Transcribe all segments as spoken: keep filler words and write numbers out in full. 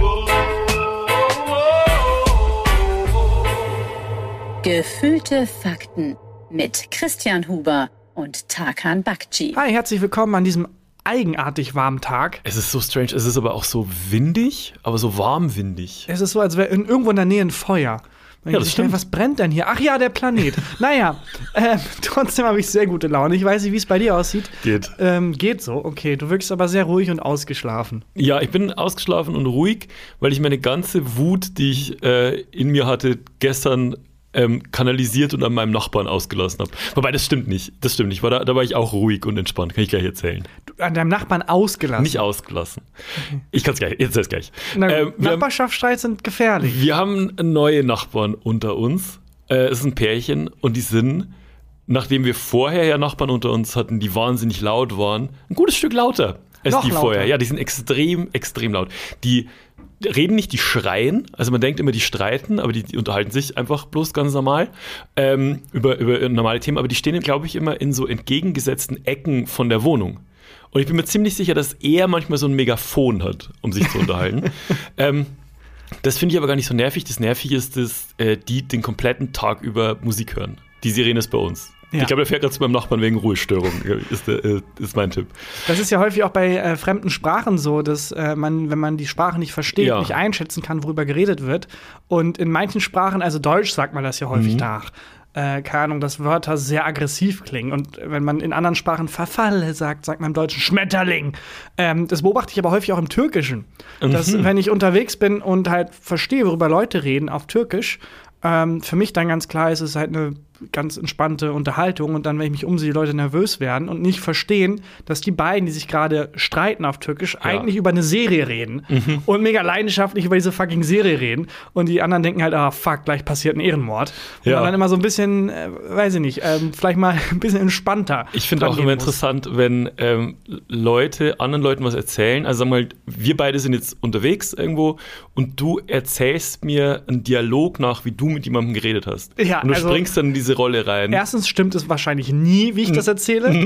Gefühlte Fakten mit Christian Huber und Tarkan Bakci. Hi, herzlich willkommen an diesem eigenartig warmen Tag. Es ist so strange, es ist aber auch so windig, aber so warm windig. Es ist so, als wäre irgendwo in der Nähe ein Feuer. Ja, das stimmt. Was brennt denn hier? Ach ja, der Planet. Naja, äh, trotzdem habe ich sehr gute Laune. Ich weiß nicht, wie es bei dir aussieht. Geht. Ähm, geht so, okay. Du wirkst aber sehr ruhig und ausgeschlafen. Ja, ich bin ausgeschlafen und ruhig, weil ich meine ganze Wut, die ich äh, in mir hatte, gestern ähm, kanalisiert und an meinem Nachbarn ausgelassen habe. Wobei, das stimmt nicht. Das stimmt nicht. War da, da war ich auch ruhig und entspannt. Kann ich gleich erzählen. Du, an deinem Nachbarn ausgelassen? Nicht ausgelassen. Okay. Ich kann es gleich. Jetzt gleich. Na, ähm, Nachbarschaftsstreits sind gefährlich. Wir haben neue Nachbarn unter uns. Äh, es ist ein Pärchen und die sind, nachdem wir vorher ja Nachbarn unter uns hatten, die wahnsinnig laut waren, ein gutes Stück lauter als Noch die lauter. vorher. Ja, die sind extrem, extrem laut. Die reden nicht, die schreien. Also man denkt immer, die streiten, aber die, die unterhalten sich einfach bloß ganz normal ähm, über, über normale Themen. Aber die stehen, glaube ich, immer in so entgegengesetzten Ecken von der Wohnung. Und ich bin mir ziemlich sicher, dass er manchmal so ein Megafon hat, um sich zu unterhalten. ähm, das finde ich aber gar nicht so nervig. Das Nervige ist, dass äh, die den kompletten Tag über Musik hören. Die Sirene ist bei uns. Ja. Ich glaube, der fährt gerade zu meinem Nachbarn wegen Ruhestörung, ist, äh, ist mein Tipp. Das ist ja häufig auch bei äh, fremden Sprachen so, dass äh, man, wenn man die Sprache nicht versteht, ja. nicht einschätzen kann, worüber geredet wird. Und in manchen Sprachen, also Deutsch sagt man das ja häufig mhm. nach, äh, keine Ahnung, dass Wörter sehr aggressiv klingen. Und wenn man in anderen Sprachen Verfalle sagt, sagt man im Deutschen Schmetterling. Ähm, das beobachte ich aber häufig auch im Türkischen. Mhm. Dass, wenn ich unterwegs bin und halt verstehe, worüber Leute reden auf Türkisch, ähm, für mich dann ganz klar ist, es ist halt eine ganz entspannte Unterhaltung und dann, wenn ich mich umsehe, die Leute nervös werden und nicht verstehen, dass die beiden, die sich gerade streiten auf Türkisch, ja. eigentlich über eine Serie reden mhm. und mega leidenschaftlich über diese fucking Serie reden und die anderen denken halt, ah fuck, gleich passiert ein Ehrenmord. Und ja. man dann immer so ein bisschen, äh, weiß ich nicht, ähm, vielleicht mal ein bisschen entspannter. Ich finde auch immer muss. interessant, wenn ähm, Leute anderen Leuten was erzählen, also sag mal, wir beide sind jetzt unterwegs irgendwo und du erzählst mir einen Dialog nach, wie du mit jemandem geredet hast. Ja, und du also, springst dann in diese Rolle rein. Erstens stimmt es wahrscheinlich nie, wie ich das erzähle.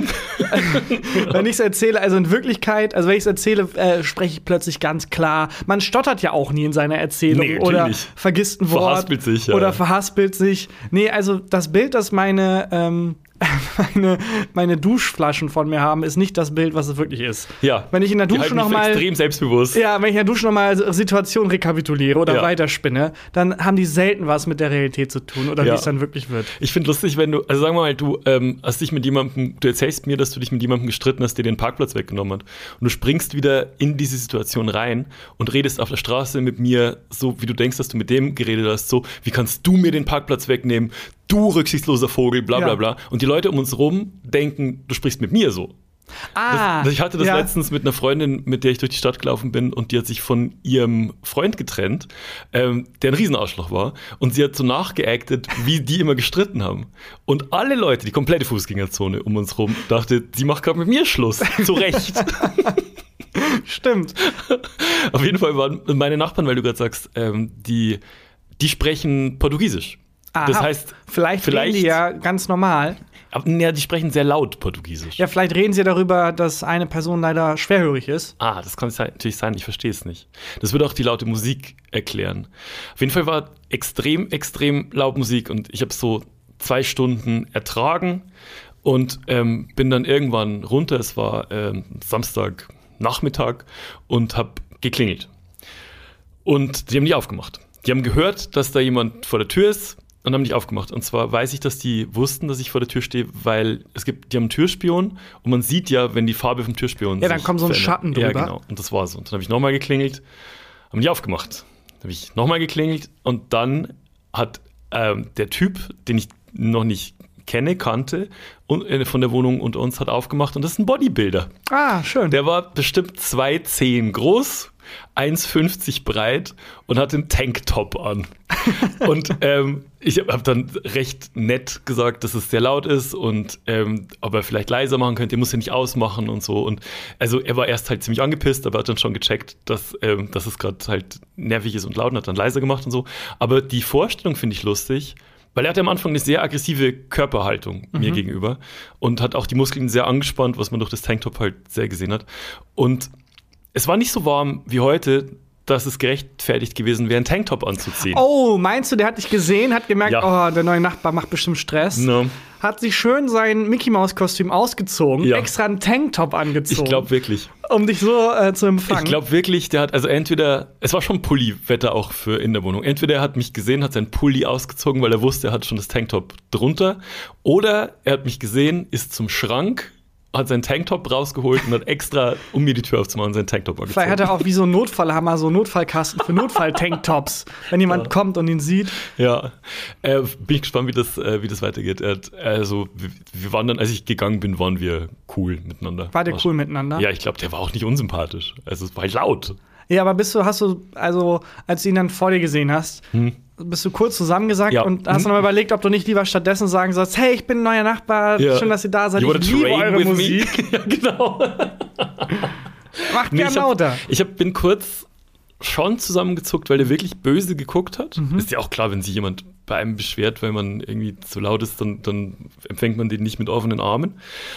Wenn ich es erzähle, also in Wirklichkeit, also wenn ich es erzähle, äh, spreche ich plötzlich ganz klar. Man stottert ja auch nie in seiner Erzählung nee, oder vergisst ein Wort. Verhaspelt sich, ja. Oder verhaspelt sich. Nee, also das Bild, das meine ähm, Meine, meine Duschflaschen von mir haben, ist nicht das Bild, was es wirklich ist. Ja. Wenn ich in der Dusche noch mal extrem selbstbewusst. Ja, wenn ich in der Dusche noch mal Situation rekapituliere oder ja. weiterspinne, dann haben die selten was mit der Realität zu tun oder ja. wie es dann wirklich wird. Ich finde lustig, wenn du, also sagen wir mal, du ähm, hast dich mit jemandem, du erzählst mir, dass du dich mit jemandem gestritten hast, der den Parkplatz weggenommen hat. Und du springst wieder in diese Situation rein und redest auf der Straße mit mir, so wie du denkst, dass du mit dem geredet hast, so, wie kannst du mir den Parkplatz wegnehmen? Du rücksichtsloser Vogel, bla bla ja. bla. Und die Leute um uns rum denken, du sprichst mit mir so. Ah, das, ich hatte das ja. letztens mit einer Freundin, mit der ich durch die Stadt gelaufen bin und die hat sich von ihrem Freund getrennt, ähm, der ein Riesenarschloch war. Und sie hat so nachgeactet, wie die immer gestritten haben. Und alle Leute, die komplette Fußgängerzone um uns rum, dachte, sie macht gerade mit mir Schluss. Zu Recht. Stimmt. Auf jeden Fall waren meine Nachbarn, weil du gerade sagst, ähm, die, die sprechen Portugiesisch. Aha, das heißt, vielleicht, vielleicht reden die ja ganz normal. Aber, ja, die sprechen sehr laut Portugiesisch. Ja, vielleicht reden sie darüber, dass eine Person leider schwerhörig ist. Ah, das kann natürlich sein, ich verstehe es nicht. Das würde auch die laute Musik erklären. Auf jeden Fall war extrem, extrem laut Musik und ich habe so zwei Stunden ertragen und ähm, bin dann irgendwann runter. Es war ähm, Samstagnachmittag und habe geklingelt. Und die haben nicht aufgemacht. Die haben gehört, dass da jemand vor der Tür ist. Und haben nicht aufgemacht. Und zwar weiß ich, dass die wussten, dass ich vor der Tür stehe, weil es gibt, die haben einen Türspion und man sieht ja, wenn die Farbe vom Türspion ja, dann kommt so ein verändert. Schatten drüber. Ja, genau. Und das war so. Und dann habe ich nochmal geklingelt, haben nicht aufgemacht. Dann habe ich nochmal geklingelt und dann hat ähm, der Typ, den ich noch nicht kenne, kannte, und, äh, von der Wohnung unter uns, hat aufgemacht und das ist ein Bodybuilder. Ah, schön. Der war bestimmt zwei Zehen groß, eins fünfzig breit und hat einen Tanktop an. Und ähm, ich habe dann recht nett gesagt, dass es sehr laut ist und ähm, ob er vielleicht leiser machen könnte, er muss ja nicht ausmachen und so. Und also er war erst halt ziemlich angepisst, aber hat dann schon gecheckt, dass, ähm, dass es gerade halt nervig ist und laut und hat dann leiser gemacht und so. Aber die Vorstellung finde ich lustig, weil er hatte am Anfang eine sehr aggressive Körperhaltung mhm. mir gegenüber und hat auch die Muskeln sehr angespannt, was man durch das Tanktop halt sehr gesehen hat. Und es war nicht so warm wie heute, dass es gerechtfertigt gewesen wäre, einen Tanktop anzuziehen. Oh, meinst du, der hat dich gesehen, hat gemerkt, ja. oh, der neue Nachbar macht bestimmt Stress. No. Hat sich schön sein Mickey-Maus-Kostüm ausgezogen, ja. extra einen Tanktop angezogen. Ich glaube wirklich. Um dich so äh, zu empfangen. Ich glaube wirklich, der hat, also entweder, es war schon Pulli-Wetter auch für in der Wohnung. Entweder er hat mich gesehen, hat seinen Pulli ausgezogen, weil er wusste, er hat schon das Tanktop drunter. Oder er hat mich gesehen, ist zum Schrank, hat seinen Tanktop rausgeholt und hat extra, um mir die Tür aufzumachen, seinen Tanktop angezogen. Vielleicht hat er auch wie so ein Notfallhammer, so einen Notfallkasten für Notfall-Tanktops, wenn jemand ja. kommt und ihn sieht. Ja, äh, bin ich gespannt, wie das, äh, wie das weitergeht. Äh, also, wir, wir waren dann, als ich gegangen bin, waren wir cool miteinander. War der war cool schon, miteinander? Ja, ich glaube, der war auch nicht unsympathisch. Also, es war halt laut. Ja, aber bist du, hast du, also, als du ihn dann vor dir gesehen hast, hm. bist du kurz zusammengesackt ja. und hast dann mal überlegt, ob du nicht lieber stattdessen sagen sollst, hey, ich bin ein neuer Nachbar, ja. schön, dass ihr da seid, you ich liebe eure Musik. ja, genau. Macht nee, gern lauter. Ich hab, bin kurz schon zusammengezuckt, weil der wirklich böse geguckt hat. Mhm. Ist ja auch klar, wenn sich jemand bei einem beschwert, weil man irgendwie zu laut ist, dann, dann empfängt man den nicht mit offenen Armen.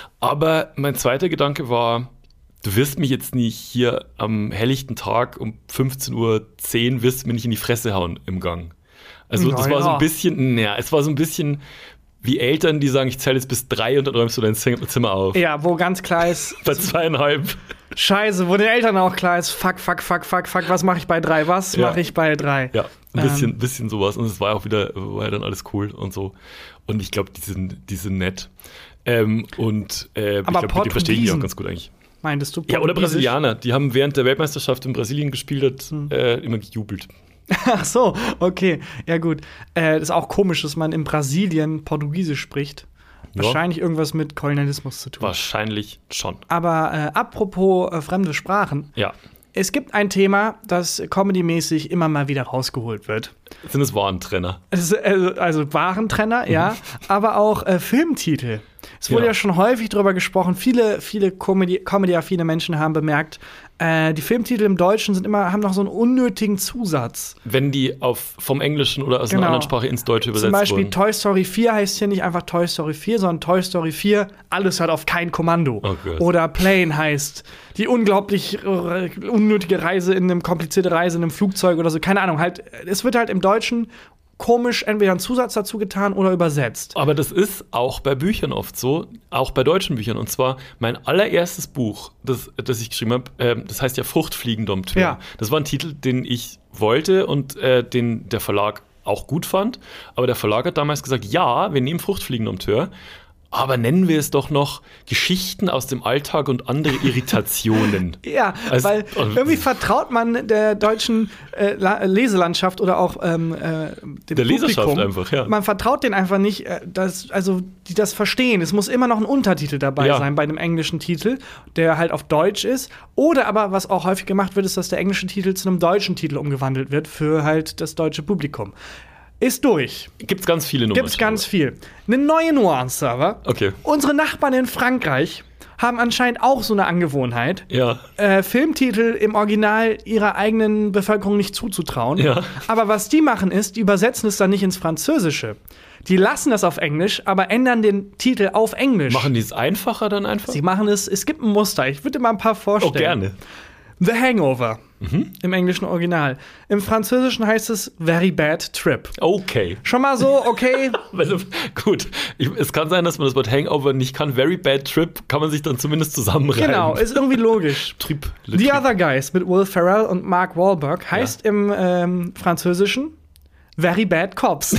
Aber mein zweiter Gedanke war, du wirst mich jetzt nicht hier am helllichten Tag um fünfzehn Uhr zehn wirst mir nicht in die Fresse hauen im Gang. Also das Na, war ja. so ein bisschen, naja, es war so ein bisschen wie Eltern, die sagen, ich zähle jetzt bis drei und dann räumst du dein Zimmer auf. Ja, wo ganz klar ist. Bei zweieinhalb. Scheiße, wo den Eltern auch klar ist, fuck, fuck, fuck, fuck, fuck, was mache ich bei drei? Was ja. mache ich bei drei? Ja, ein bisschen, ähm. bisschen sowas. Und es war auch wieder, war ja dann alles cool und so. Und ich glaube, die sind, die sind nett. Ähm, und äh, ich glaube, die verstehen die auch ganz gut eigentlich. Meintest du? Ja, oder Brasilianer. Die haben während der Weltmeisterschaft in Brasilien gespielt, hat hm. äh, immer gejubelt. Ach so, okay. Ja gut. Äh, ist auch komisch, dass man in Brasilien Portugiesisch spricht. Ja. Wahrscheinlich irgendwas mit Kolonialismus zu tun. Wahrscheinlich schon. Aber äh, apropos äh, fremde Sprachen. Ja. Es gibt ein Thema, das comedymäßig immer mal wieder rausgeholt wird. Sind es Warentrenner? Es ist, also, also Warentrenner, mhm. ja. Aber auch äh, Filmtitel. Es wurde ja. ja schon häufig darüber gesprochen. Viele, viele Comedy- Comedy-affine Menschen haben bemerkt, äh, die Filmtitel im Deutschen sind immer, haben noch so einen unnötigen Zusatz. Wenn die auf, vom Englischen oder aus genau. einer anderen Sprache ins Deutsche übersetzt wurden. Zum Beispiel wurden. Toy Story vier heißt hier nicht einfach Toy Story vier, sondern Toy Story vier, alles hört auf kein Kommando. Oh oder Plane heißt die unglaublich äh, unnötige Reise in einem, komplizierte Reise in einem Flugzeug oder so. Keine Ahnung, halt, es wird halt im Deutschen komisch entweder einen Zusatz dazu getan oder übersetzt. Aber das ist auch bei Büchern oft so, auch bei deutschen Büchern. Und zwar mein allererstes Buch, das, das ich geschrieben habe, äh, das heißt ja Fruchtfliegen Dompteur. Ja. Das war ein Titel, den ich wollte und äh, den der Verlag auch gut fand. Aber der Verlag hat damals gesagt, ja, wir nehmen Fruchtfliegen Dompteur. Aber nennen wir es doch noch Geschichten aus dem Alltag und andere Irritationen. Ja, also, weil irgendwie vertraut man der deutschen äh, Leselandschaft oder auch ähm, äh, dem der Publikum. Leserschaft einfach, ja. Man vertraut denen einfach nicht, äh, dass, also die das verstehen. Es muss immer noch ein Untertitel dabei ja. sein bei einem englischen Titel, der halt auf Deutsch ist. Oder aber, was auch häufig gemacht wird, ist, dass der englische Titel zu einem deutschen Titel umgewandelt wird für halt das deutsche Publikum. Ist durch. Gibt's ganz viele Nummern. Gibt's ganz viel. Eine neue Nuance aber. Okay. Unsere Nachbarn in Frankreich haben anscheinend auch so eine Angewohnheit, ja. äh, Filmtitel im Original ihrer eigenen Bevölkerung nicht zuzutrauen. Ja. Aber was die machen ist, die übersetzen es dann nicht ins Französische. Die lassen das auf Englisch, aber ändern den Titel auf Englisch. Machen die es einfacher dann einfach? Sie machen es, es gibt ein Muster. Ich würde dir mal ein paar vorstellen. Oh, gerne. The Hangover. Mhm. Im englischen Original. Im Französischen heißt es Very Bad Trip. Okay. Schon mal so, okay. Gut. Ich, es kann sein, dass man das Wort Hangover nicht kann. Very Bad Trip kann man sich dann zumindest zusammenreimen. Genau, ist irgendwie logisch. Trip. The Trip. Other Guys mit Will Ferrell und Mark Wahlberg heißt ja. im ähm, Französischen Very Bad Cops.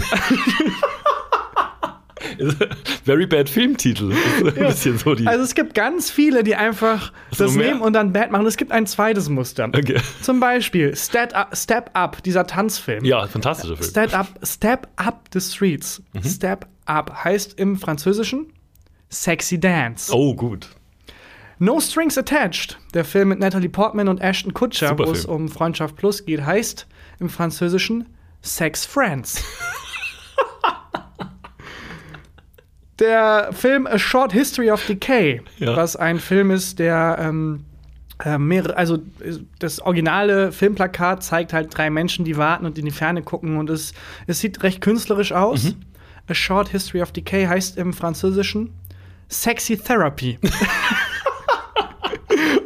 Very Bad Filmtitel. Ist ein ja. bisschen so die also es gibt ganz viele, die einfach so das mehr? nehmen und dann Bad machen. Es gibt ein zweites Muster. Okay. Zum Beispiel Step Up, Step Up, dieser Tanzfilm. Ja, fantastischer Film. Step Up, Step Up the Streets. Mhm. Step Up heißt im Französischen Sexy Dance. Oh, gut. No Strings Attached, der Film mit Natalie Portman und Ashton Kutcher, wo es um Freundschaft Plus geht, heißt im Französischen Sex Friends. Der Film A Short History of Decay, ja. was ein Film ist, der ähm, äh, mehrere, also das originale Filmplakat zeigt halt drei Menschen, die warten und in die Ferne gucken und es, es sieht recht künstlerisch aus. Mhm. A Short History of Decay heißt im Französischen Sexy Therapy.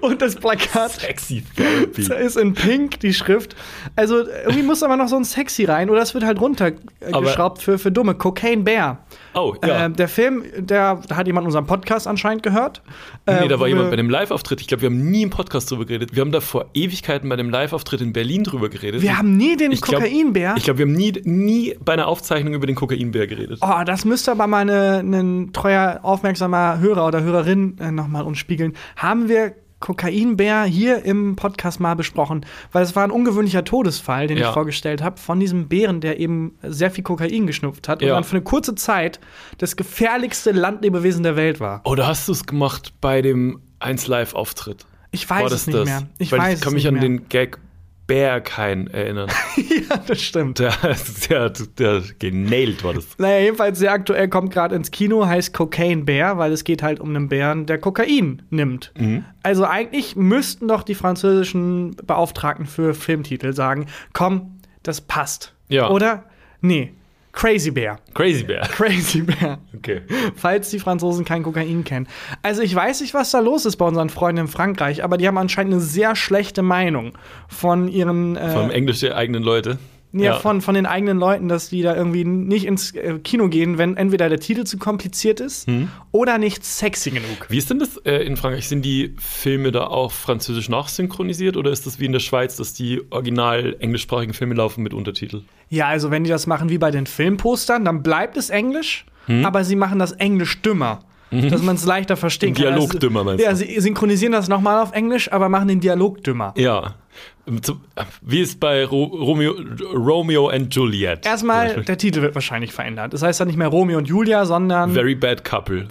Und das Plakat Sexy Therapy. ist in Pink, die Schrift. Also irgendwie muss aber noch so ein Sexy rein oder es wird halt runtergeschraubt für, für Dumme. Cocaine Bear. Oh, ja. Äh, der Film, der, da hat jemand unseren Podcast anscheinend gehört. Nee, äh, da war wir, jemand bei dem Live-Auftritt. Ich glaube, wir haben nie im Podcast drüber geredet. Wir haben da vor Ewigkeiten bei dem Live-Auftritt in Berlin drüber geredet. Wir haben nie den ich glaub, Kokainbär. Ich glaube, wir haben nie, nie bei einer Aufzeichnung über den Kokainbär geredet. Oh, das müsste aber mal ein treuer, aufmerksamer Hörer oder Hörerin äh, nochmal uns spiegeln. Haben wir Kokainbär hier im Podcast mal besprochen, weil es war ein ungewöhnlicher Todesfall, den ja. ich vorgestellt habe, von diesem Bären, der eben sehr viel Kokain geschnupft hat ja. und dann für eine kurze Zeit das gefährlichste Landlebewesen der Welt war. Oh, da hast du es gemacht bei dem eins Live-Auftritt. Ich weiß es nicht das? mehr. Ich weil weiß ich kann es mich nicht an mehr. den Gag Bärkein erinnern. Ja, das stimmt. Der, der, der genailt war das. Naja, jedenfalls sehr aktuell, kommt gerade ins Kino, heißt Cocaine Bear, weil es geht halt um einen Bären, der Kokain nimmt. Mhm. Also eigentlich müssten doch die französischen Beauftragten für Filmtitel sagen, komm, das passt. Ja. Oder? Nee. Crazy Bear. Crazy Bear. Crazy Bear. Okay. Falls die Franzosen kein Kokain kennen. Also ich weiß nicht, was da los ist bei unseren Freunden in Frankreich, aber die haben anscheinend eine sehr schlechte Meinung von ihren äh, Vom englische eigenen Leute. Ja, ja. Von, von den eigenen Leuten, dass die da irgendwie nicht ins äh, Kino gehen, wenn entweder der Titel zu kompliziert ist hm. oder nicht sexy genug. Wie ist denn das äh, in Frankreich? Sind die Filme da auch französisch nachsynchronisiert oder ist das wie in der Schweiz, dass die original englischsprachigen Filme laufen mit Untertitel? Ja, also wenn die das machen wie bei den Filmpostern, dann bleibt es Englisch, hm. aber sie machen das Englisch dümmer. Mhm. Dass man es leichter verstehen kann. Dialog dümmer, meinst du? Ja, sie synchronisieren das nochmal auf Englisch, aber machen den Dialog dümmer. Ja. Wie ist bei Ro- Romeo, Romeo and Juliet? Erstmal, der Titel wird wahrscheinlich verändert. Das heißt dann nicht mehr Romeo und Julia, sondern Very Bad Couple.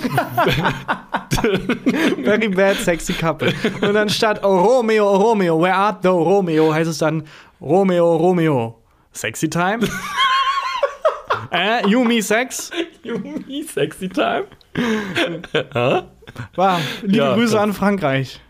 Very Bad Sexy Couple. Und dann statt Oh Romeo, oh Romeo, where art thou Romeo, heißt es dann Romeo, Romeo, Sexy Time? äh, you me sex? You me sexy time? Wow, liebe Ja, Grüße das- an Frankreich.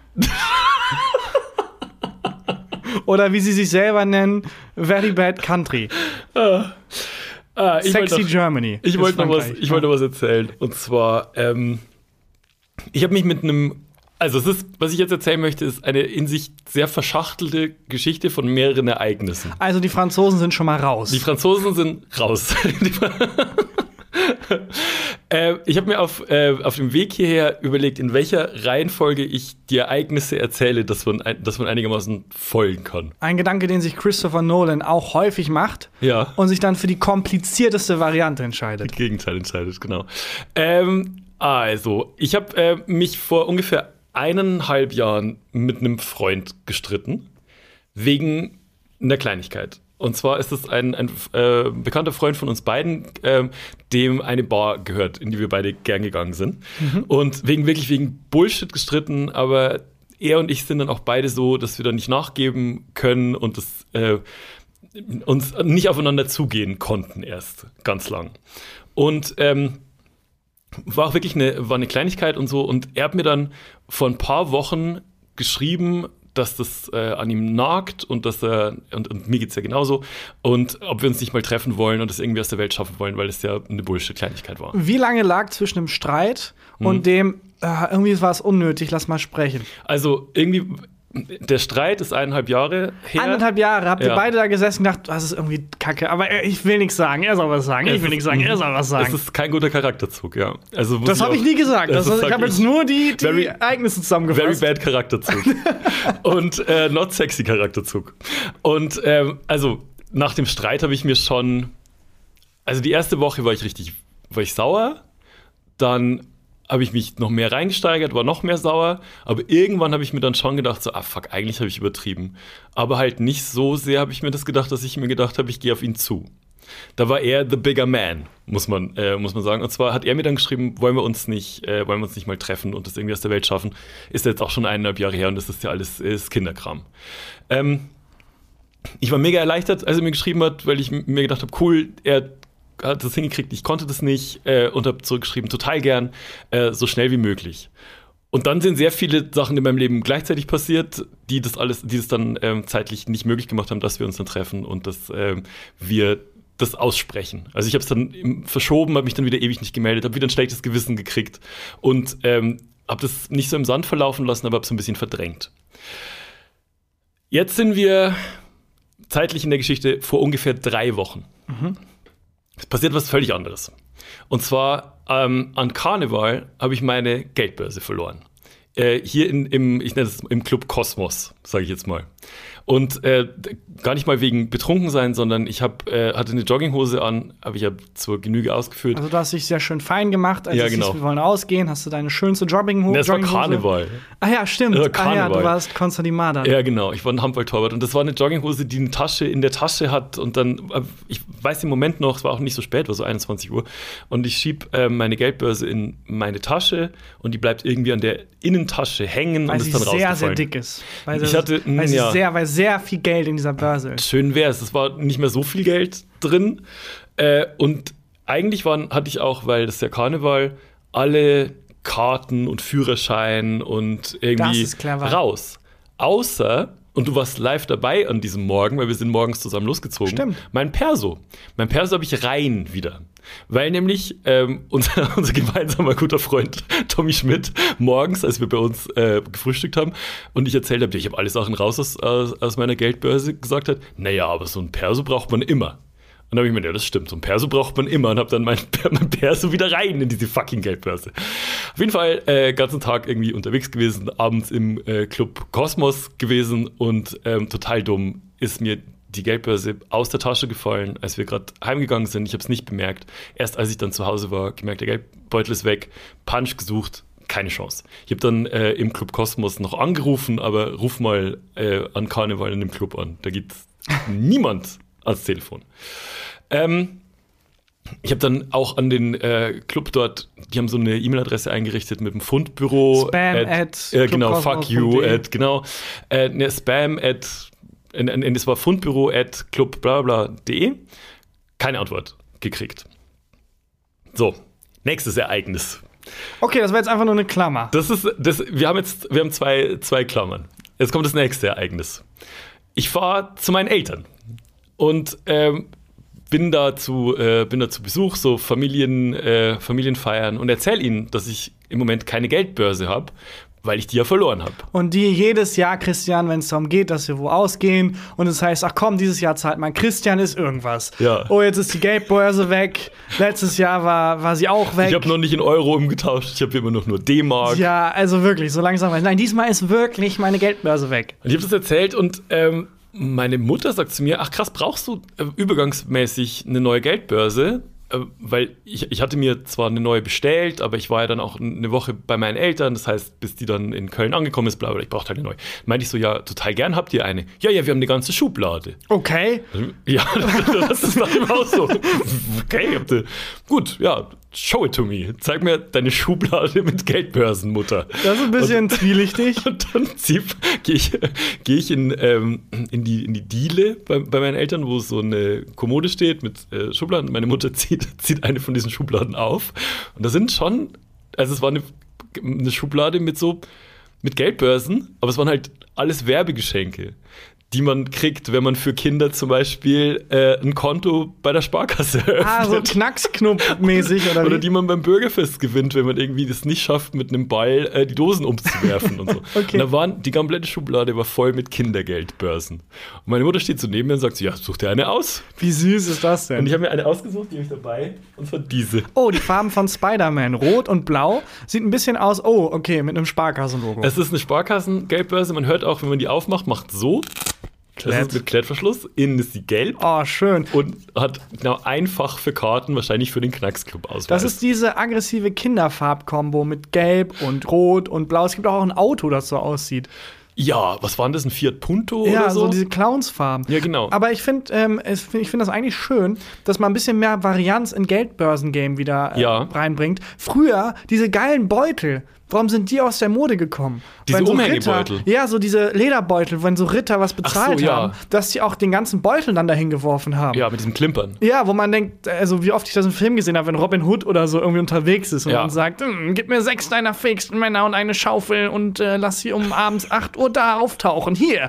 Oder wie sie sich selber nennen, Very Bad Country. Ah, ich Sexy wollte noch, Germany. ich ist wollte noch, was, Frankreich. ich wollte noch was erzählen. Und zwar, ähm, ich habe mich mit einem, also es ist, was ich jetzt erzählen möchte, ist eine in sich sehr verschachtelte Geschichte von mehreren Ereignissen. Also die Franzosen sind schon mal raus. Die Franzosen sind raus. Die Fra- äh, ich habe mir auf, äh, auf dem Weg hierher überlegt, in welcher Reihenfolge ich die Ereignisse erzähle, dass man, ein- dass man einigermaßen folgen kann. Ein Gedanke, den sich Christopher Nolan auch häufig macht Ja. und sich dann für die komplizierteste Variante entscheidet. Gegenteil entscheidet, genau. Ähm, also, ich habe äh, mich vor ungefähr eineinhalb Jahren mit einem Freund gestritten, wegen einer Kleinigkeit. Und zwar ist es ein, ein äh, bekannter Freund von uns beiden, ähm, dem eine Bar gehört, in die wir beide gern gegangen sind. Mhm. Und wegen wirklich wegen Bullshit gestritten, aber er und ich sind dann auch beide so, dass wir dann nicht nachgeben können und das äh, uns nicht aufeinander zugehen konnten erst ganz lang. Und ähm, war auch wirklich eine, war eine Kleinigkeit und so. Und er hat mir dann vor ein paar Wochen geschrieben, dass das äh, an ihm nagt und dass er, und, und mir geht's ja genauso, und ob wir uns nicht mal treffen wollen und das irgendwie aus der Welt schaffen wollen, weil es ja eine Bullshit-Kleinigkeit war. Wie lange lag zwischen dem Streit Mhm. und dem, äh, irgendwie war es unnötig, lass mal sprechen? Also irgendwie, der Streit ist eineinhalb Jahre her. Anderthalb Jahre habt ihr Ja. beide da gesessen und gedacht, das ist irgendwie kacke, aber äh, ich will nichts sagen, er soll was sagen, ich Es will ist- nichts sagen, er soll was sagen. Es ist kein guter Charakterzug, ja. Also muss Das habe auch- ich nie gesagt. Das das ist, ich sag habe jetzt nur die, die Very- Ereignisse Very zusammengefasst. bad Charakterzug. Und äh, not sexy Charakterzug. Und ähm, also nach dem Streit habe ich mir schon, also die erste Woche war ich richtig, war ich sauer. Dann habe ich mich noch mehr reingesteigert, war noch mehr sauer. Aber irgendwann habe ich mir dann schon gedacht, so, ah fuck, eigentlich habe ich übertrieben. Aber halt nicht so sehr habe ich mir das gedacht, dass ich mir gedacht habe, ich gehe auf ihn zu. Da war er the bigger man, muss man, äh, muss man sagen. Und zwar hat er mir dann geschrieben, wollen wir uns nicht, äh, wollen wir uns nicht mal treffen und das irgendwie aus der Welt schaffen. Ist jetzt auch schon eineinhalb Jahre her und das ist ja alles ist Kinderkram. Ähm, ich war mega erleichtert, als er mir geschrieben hat, weil ich m- mir gedacht habe, cool, er hat das hingekriegt, ich konnte das nicht, äh, und habe zurückgeschrieben, total gern, äh, so schnell wie möglich. Und dann sind sehr viele Sachen in meinem Leben gleichzeitig passiert, die das alles, die es dann ähm, zeitlich nicht möglich gemacht haben, dass wir uns dann treffen und dass ähm, wir das aussprechen. Also ich habe es dann im- verschoben, habe mich dann wieder ewig nicht gemeldet, habe wieder ein schlechtes Gewissen gekriegt und ähm, habe das nicht so im Sand verlaufen lassen, aber habe es ein bisschen verdrängt. Jetzt sind wir zeitlich in der Geschichte vor ungefähr drei Wochen. Mhm. Es passiert was völlig anderes. Und zwar ähm, an Karneval habe ich meine Geldbörse verloren. Äh, hier in, im, ich nenne es im Club Kosmos, sage ich jetzt mal. Und äh, gar nicht mal wegen Betrunkensein, sondern ich hab, äh, hatte eine Jogginghose an, aber ich habe zur Genüge ausgeführt. Also du hast dich sehr schön fein gemacht, als ja, es genau. hieß, wir wollen ausgehen, hast du deine schönste Jogginghose. Das war Karneval. Ah ja, stimmt. Das war Karneval. Ah ja, du warst Konstantin dann. Ja, genau. Ich war ein Handballtorwart. Und das war eine Jogginghose, die eine Tasche in der Tasche hat. Und dann, ich weiß den Moment noch, es war auch nicht so spät, war so einundzwanzig Uhr. Und ich schieb äh, meine Geldbörse in meine Tasche und die bleibt irgendwie an der Innentasche hängen weil und ist dann rausgefallen. Weil sie sehr, sehr dick ist. Weil, ich hatte, weil, sie ja. sehr, weil sehr viel Geld in dieser Börse ist. Schön wär's. Es war nicht mehr so viel Geld drin. Äh, und eigentlich waren, hatte ich auch, weil das ist ja Karneval, alle Karten und Führerschein und irgendwie raus. Außer, und du warst live dabei an diesem Morgen, weil wir sind morgens zusammen losgezogen. Stimmt. Mein Perso. Mein Perso habe ich rein wieder. Weil nämlich ähm, unser, unser gemeinsamer guter Freund Tommy Schmidt morgens, als wir bei uns äh, gefrühstückt haben und ich erzählt habe, ich habe alle Sachen raus aus, aus, aus meiner Geldbörse, gesagt hat, naja, aber so ein Perso braucht man immer. Und dann habe ich mir gedacht, ja, das stimmt, so ein Perso braucht man immer und habe dann mein, mein Perso wieder rein in diese fucking Geldbörse. Auf jeden Fall äh, ganzen Tag irgendwie unterwegs gewesen, abends im äh, Club Kosmos gewesen und ähm, total dumm ist mir die Geldbörse aus der Tasche gefallen, als wir gerade heimgegangen sind. Ich habe es nicht bemerkt. Erst als ich dann zu Hause war, gemerkt, der Geldbeutel ist weg, Punch gesucht, keine Chance. Ich habe dann äh, im Club Kosmos noch angerufen, aber ruf mal äh, an Karneval in dem Club an. Da geht niemand ans Telefon. Ähm, ich habe dann auch an den äh, Club dort, die haben so eine E-Mail-Adresse eingerichtet mit dem Fundbüro. Spam at, at äh, genau, fuck you at, genau. Äh, ne, Spam at es war fundbüro at club bla bla de. Keine Antwort gekriegt. So, nächstes Ereignis. Okay, das war jetzt einfach nur eine Klammer. Das ist, das, wir haben jetzt wir haben zwei, zwei Klammern. Jetzt kommt das nächste Ereignis. Ich fahre zu meinen Eltern und ähm, bin da zu, äh, bin da zu Besuch, so Familien, äh, Familienfeiern und erzähle ihnen, dass ich im Moment keine Geldbörse habe, weil ich die ja verloren habe. Und die jedes Jahr, Christian, wenn es darum geht, dass wir wo ausgehen und es heißt, ach komm, dieses Jahr zahlt mein Christian ist irgendwas. Ja. Oh, jetzt ist die Geldbörse weg. Letztes Jahr war, war sie auch weg. Ich habe noch nicht in Euro umgetauscht, ich habe immer noch nur D-Mark. Ja, also wirklich, so langsam. Nein, diesmal ist wirklich meine Geldbörse weg. Und ich habe das erzählt und ähm, meine Mutter sagt zu mir, ach krass, brauchst du äh, übergangsmäßig eine neue Geldbörse? Weil ich, ich hatte mir zwar eine neue bestellt, aber ich war ja dann auch eine Woche bei meinen Eltern, das heißt, bis die dann in Köln angekommen ist, bla bla, ich brauchte halt eine neue. Meinte ich so, ja, total gern, habt ihr eine? Ja, ja, wir haben eine ganze Schublade. Okay. Ja, das ist dann immer auch so. Okay, habt ihr, gut, ja, show it to me. Zeig mir deine Schublade mit Geldbörsen, Mutter. Das ist ein bisschen und, zwielichtig. Und dann gehe ich, geh ich in, ähm, in, die, in die Diele bei, bei meinen Eltern, wo so eine Kommode steht mit äh, Schubladen. Meine Mutter zieht, zieht eine von diesen Schubladen auf. Und da sind schon, also es war eine, eine Schublade mit so, mit Geldbörsen, aber es waren halt alles Werbegeschenke, die man kriegt, wenn man für Kinder zum Beispiel äh, ein Konto bei der Sparkasse eröffnet. Ah, so Knacksknupp-mäßig oder wie? Oder die man beim Bürgerfest gewinnt, wenn man irgendwie das nicht schafft, mit einem Ball äh, die Dosen umzuwerfen und so. Okay. Und da waren, die komplette Schublade war voll mit Kindergeldbörsen. Und meine Mutter steht so neben mir und sagt so, ja, such dir eine aus. Wie süß ist das denn? Und ich habe mir eine ausgesucht, die habe ich dabei, und zwar diese. Oh, die Farben von Spider-Man, rot und blau. Sieht ein bisschen aus, oh, okay, mit einem Sparkassenlogo. Es ist eine Sparkassengeldbörse, man hört auch, wenn man die aufmacht, macht so. Das ist mit Klettverschluss, innen ist sie gelb. Oh, schön. Und hat genau ein Fach für Karten, wahrscheinlich für den Knacksclub-Ausweis. Das ist diese aggressive Kinderfarbkombo mit gelb und rot und blau. Es gibt auch ein Auto, das so aussieht. Ja, was war denn das, ein Fiat Punto ja, oder so? Ja, so diese Clownsfarben. Ja, genau. Aber ich finde ähm, ich find das eigentlich schön, dass man ein bisschen mehr Varianz in Geldbörsengame wieder äh, ja. reinbringt. Früher, diese geilen Beutel, warum sind die aus der Mode gekommen? Diese so Umhängebeutel. Ritter, ja, so diese Lederbeutel, wenn so Ritter was bezahlt so, ja. haben, dass die auch den ganzen Beutel dann dahin geworfen haben. Ja, mit diesem Klimpern. Ja, wo man denkt, also wie oft ich das im Film gesehen habe, wenn Robin Hood oder so irgendwie unterwegs ist und ja. dann sagt, gib mir sechs deiner fähigsten Männer und eine Schaufel und äh, lass sie um abends acht Uhr da auftauchen. Hier.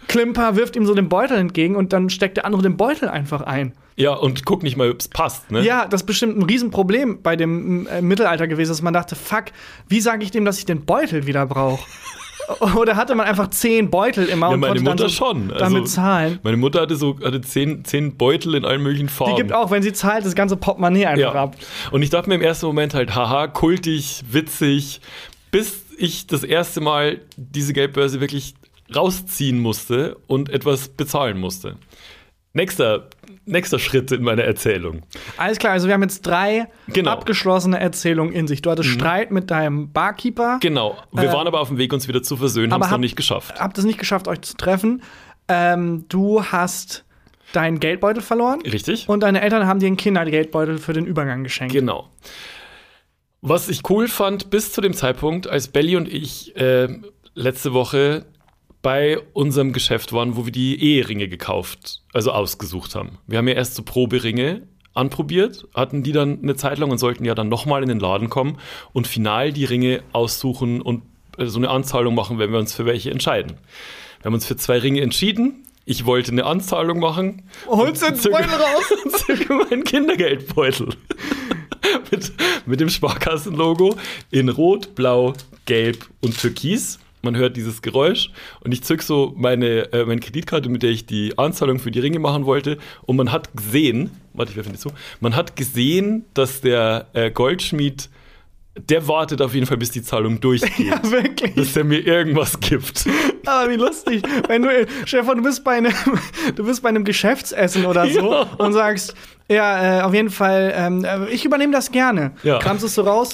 Klimper wirft ihm so den Beutel entgegen und dann steckt der andere den Beutel einfach ein. Ja, und guck nicht mal, ob es passt, ne? Ja, das ist bestimmt ein Riesenproblem bei dem äh, Mittelalter gewesen, dass man dachte, fuck, wie sage ich dem, dass ich den Beutel wieder brauche? Oder hatte man einfach zehn Beutel immer ja, und meine konnte Mutter dann so schon. Also, damit zahlen? Meine Mutter hatte so hatte zehn, zehn Beutel in allen möglichen Farben. Die gibt auch, wenn sie zahlt, das ganze Portemonnaie einfach ja. ab. Und ich dachte mir im ersten Moment halt, haha, kultig, witzig, bis ich das erste Mal diese Geldbörse wirklich rausziehen musste und etwas bezahlen musste. Nächster, nächster Schritt in meiner Erzählung. Alles klar, also wir haben jetzt drei genau. abgeschlossene Erzählungen in sich. Du hattest mhm. Streit mit deinem Barkeeper. Genau, wir äh, waren aber auf dem Weg, uns wieder zu versöhnen, haben es noch nicht geschafft. Habt es nicht geschafft, euch zu treffen. Ähm, du hast deinen Geldbeutel verloren. Richtig. Und deine Eltern haben dir einen Kindergeldbeutel für den Übergang geschenkt. Genau. Was ich cool fand bis zu dem Zeitpunkt, als Belly und ich äh, letzte Woche bei unserem Geschäft waren, wo wir die Eheringe gekauft, also ausgesucht haben. Wir haben ja erst so Proberinge anprobiert, hatten die dann eine Zeit lang und sollten ja dann nochmal in den Laden kommen und final die Ringe aussuchen und so eine Anzahlung machen, wenn wir uns für welche entscheiden. Wir haben uns für zwei Ringe entschieden. Ich wollte eine Anzahlung machen. Holst du den Beutel raus? Zücke meinen Kindergeldbeutel. mit, mit dem Sparkassenlogo in Rot, Blau, Gelb und Türkis. Man hört dieses Geräusch und ich zück so meine, äh, meine Kreditkarte, mit der ich die Anzahlung für die Ringe machen wollte und man hat gesehen, warte, ich werfe dir zu, man hat gesehen, dass der äh, Goldschmied, der wartet auf jeden Fall, bis die Zahlung durchgeht. Ja, wirklich. Dass er mir irgendwas gibt. Aber wie lustig, wenn du, Stefan, du bist bei einem, du bist bei einem Geschäftsessen oder so ja. und sagst, ja, äh, auf jeden Fall, ähm, ich übernehme das gerne. Ja. Kramst es so raus?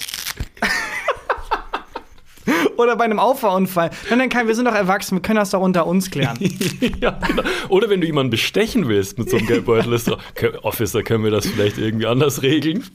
Oder bei einem Auffahrunfall. Nein, nein, Kai, wir sind doch erwachsen, wir können das doch unter uns klären. Ja, genau. Oder wenn du jemanden bestechen willst mit so einem Geldbeutel, ist doch, Officer, können wir das vielleicht irgendwie anders regeln?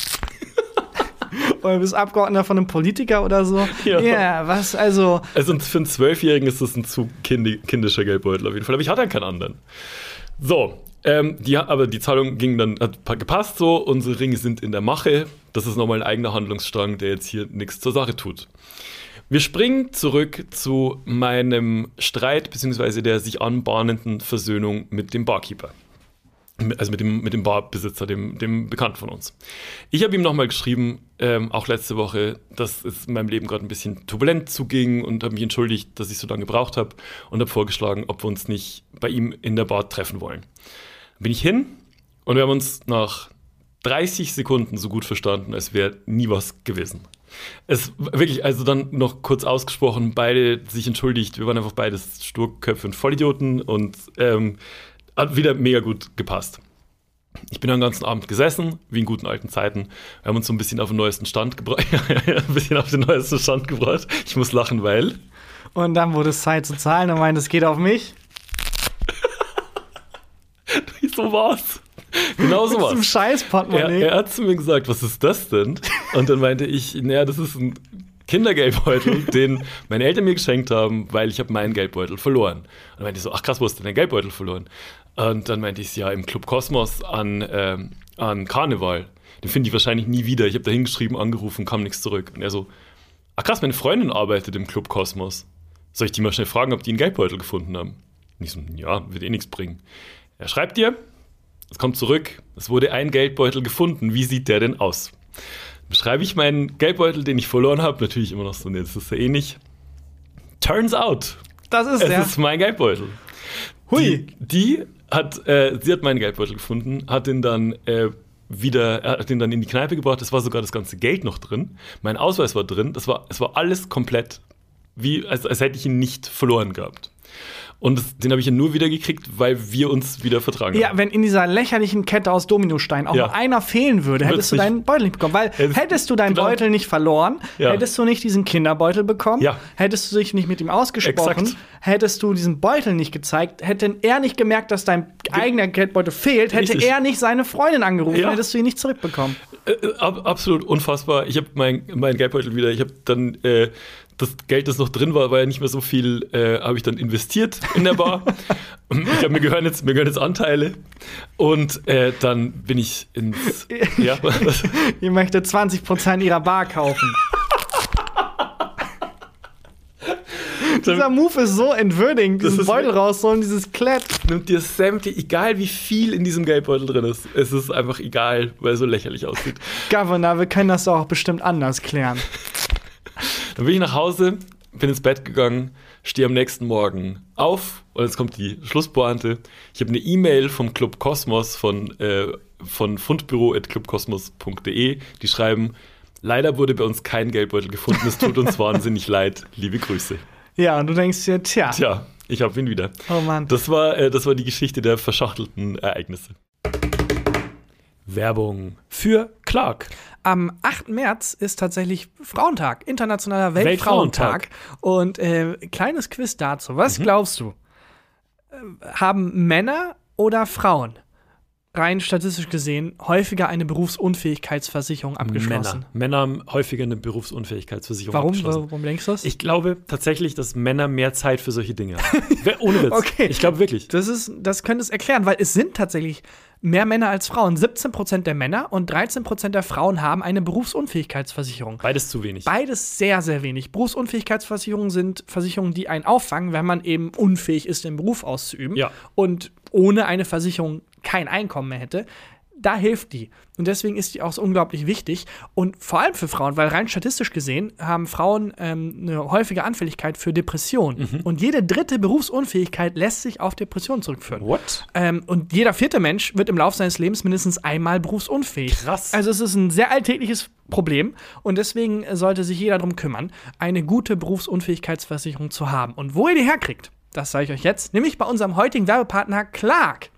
Oder du bist Abgeordneter von einem Politiker oder so. Ja, yeah, was, also. Also für einen Zwölfjährigen ist das ein zu kindi- kindischer Geldbeutel auf jeden Fall. Aber ich hatte halt keinen anderen. So, ähm, die, aber die Zahlung ging dann, hat gepasst so. Unsere Ringe sind in der Mache. Das ist nochmal ein eigener Handlungsstrang, der jetzt hier nichts zur Sache tut. Wir springen zurück zu meinem Streit, beziehungsweise der sich anbahnenden Versöhnung mit dem Barkeeper. Also mit dem, mit dem Barbesitzer, dem, dem Bekannten von uns. Ich habe ihm nochmal geschrieben, ähm, auch letzte Woche, dass es in meinem Leben gerade ein bisschen turbulent zuging und habe mich entschuldigt, dass ich so lange gebraucht habe und habe vorgeschlagen, ob wir uns nicht bei ihm in der Bar treffen wollen. Bin ich hin und wir haben uns nach dreißig Sekunden so gut verstanden, als wäre nie was gewesen. Es wirklich, also dann noch kurz ausgesprochen, beide sich entschuldigt, wir waren einfach beides Sturköpfe und Vollidioten und ähm, hat wieder mega gut gepasst. Ich bin den ganzen Abend gesessen, wie in guten alten Zeiten. Wir haben uns so ein bisschen auf den neuesten Stand gebracht. ein bisschen auf den neuesten Stand gebracht. Ich muss lachen, weil. Und dann wurde es Zeit zu zahlen und meinte, es geht auf mich. So war's. Genau so war's. Mit diesem Scheiß-Portemonnaie. Er, er hat zu mir gesagt, was ist das denn? Und dann meinte ich, naja, das ist ein Kindergeldbeutel, den meine Eltern mir geschenkt haben, weil ich habe meinen Geldbeutel verloren. Und dann meinte ich so, ach krass, wo hast du deinen Geldbeutel verloren? Und dann meinte ich, ja, im Club Kosmos an, ähm, an Karneval. Den finde ich wahrscheinlich nie wieder. Ich habe da hingeschrieben, angerufen, kam nichts zurück. Und er so, ach krass, meine Freundin arbeitet im Club Kosmos. Soll ich die mal schnell fragen, ob die einen Geldbeutel gefunden haben? Und ich so, ja, wird eh nichts bringen. Er schreibt dir, es kommt zurück, es wurde ein Geldbeutel gefunden. Wie sieht der denn aus? Beschreibe ich meinen Geldbeutel, den ich verloren habe. Natürlich immer noch so, nee, das ist ja eh nicht. Turns out, das ist es der. ist mein Geldbeutel. Hui. Die, die hat, äh, sie hat meinen Geldbeutel gefunden, hat den dann äh, wieder, er hat den dann in die Kneipe gebracht. Es war sogar das ganze Geld noch drin. Mein Ausweis war drin. Das war, es war alles komplett, wie als, als hätte ich ihn nicht verloren gehabt. Und das, den habe ich ja nur wieder gekriegt, weil wir uns wieder vertragen haben. Ja, wenn in dieser lächerlichen Kette aus Dominosteinen auch ja. nur einer fehlen würde, hättest du deinen Beutel nicht bekommen. Weil hättest, hättest du deinen genau. Beutel nicht verloren, ja. hättest du nicht diesen Kinderbeutel bekommen, ja. hättest du dich nicht mit ihm ausgesprochen, Exakt. hättest du diesen Beutel nicht gezeigt, hätte er nicht gemerkt, dass dein Ge- eigener Geldbeutel fehlt, hätte Richtig. er nicht seine Freundin angerufen, ja. hättest du ihn nicht zurückbekommen. Äh, ab, absolut unfassbar. Ich habe meinen mein Geldbeutel wieder, ich habe dann äh, das Geld, das noch drin war, war ja nicht mehr so viel, äh, habe ich dann investiert in der Bar. Ich habe mir gehören jetzt, mir gehören jetzt Anteile. Und äh, dann bin ich ins. Ja, ich möchte zwanzig Prozent ihrer Bar kaufen. Dieser Move ist so entwürdigend, diesen Beutel rausholen, dieses Klett. Nimmt dir sämtlich, egal wie viel in diesem Geldbeutel drin ist. Es ist einfach egal, weil es so lächerlich aussieht. Governor, wir können das auch bestimmt anders klären. Dann bin ich nach Hause, bin ins Bett gegangen, stehe am nächsten Morgen auf und jetzt kommt die Schlusspointe. Ich habe eine E-Mail vom Club Kosmos von, äh, von fundbüro at clubkosmos punkt de, die schreiben: Leider wurde bei uns kein Geldbeutel gefunden, es tut uns wahnsinnig leid, liebe Grüße. Ja, und du denkst dir, tja. Tja, ich hab ihn wieder. Oh Mann. Das war, äh, das war die Geschichte der verschachtelten Ereignisse. Werbung für Clark. Am achten März ist tatsächlich Frauentag, internationaler Weltfrauentag. Weltfrauentag. Und äh, kleines Quiz dazu. Was mhm. glaubst du? Haben Männer oder Frauen rein statistisch gesehen häufiger eine Berufsunfähigkeitsversicherung abgeschlossen? Männer. Männer haben häufiger eine Berufsunfähigkeitsversicherung Warum? abgeschlossen. Warum denkst du das? Ich glaube tatsächlich, dass Männer mehr Zeit für solche Dinge haben. Ohne Witz. Okay. Ich glaube wirklich. Das, ist, das könnte es erklären, weil es sind tatsächlich mehr Männer als Frauen. siebzehn Prozent der Männer und dreizehn Prozent der Frauen haben eine Berufsunfähigkeitsversicherung. Beides zu wenig. Beides sehr, sehr wenig. Berufsunfähigkeitsversicherungen sind Versicherungen, die einen auffangen, wenn man eben unfähig ist, den Beruf auszuüben. Ja. Und ohne eine Versicherung kein Einkommen mehr hätte. Da hilft die. Und deswegen ist die auch so unglaublich wichtig. Und vor allem für Frauen, weil rein statistisch gesehen haben Frauen ähm, eine häufige Anfälligkeit für Depressionen. Mhm. Und jede dritte Berufsunfähigkeit lässt sich auf Depressionen zurückführen. What? Ähm, und jeder vierte Mensch wird im Laufe seines Lebens mindestens einmal berufsunfähig. Krass. Also es ist ein sehr alltägliches Problem. Und deswegen sollte sich jeder darum kümmern, eine gute Berufsunfähigkeitsversicherung zu haben. Und wo ihr die herkriegt, das sage ich euch jetzt, nämlich bei unserem heutigen Werbepartner Clark.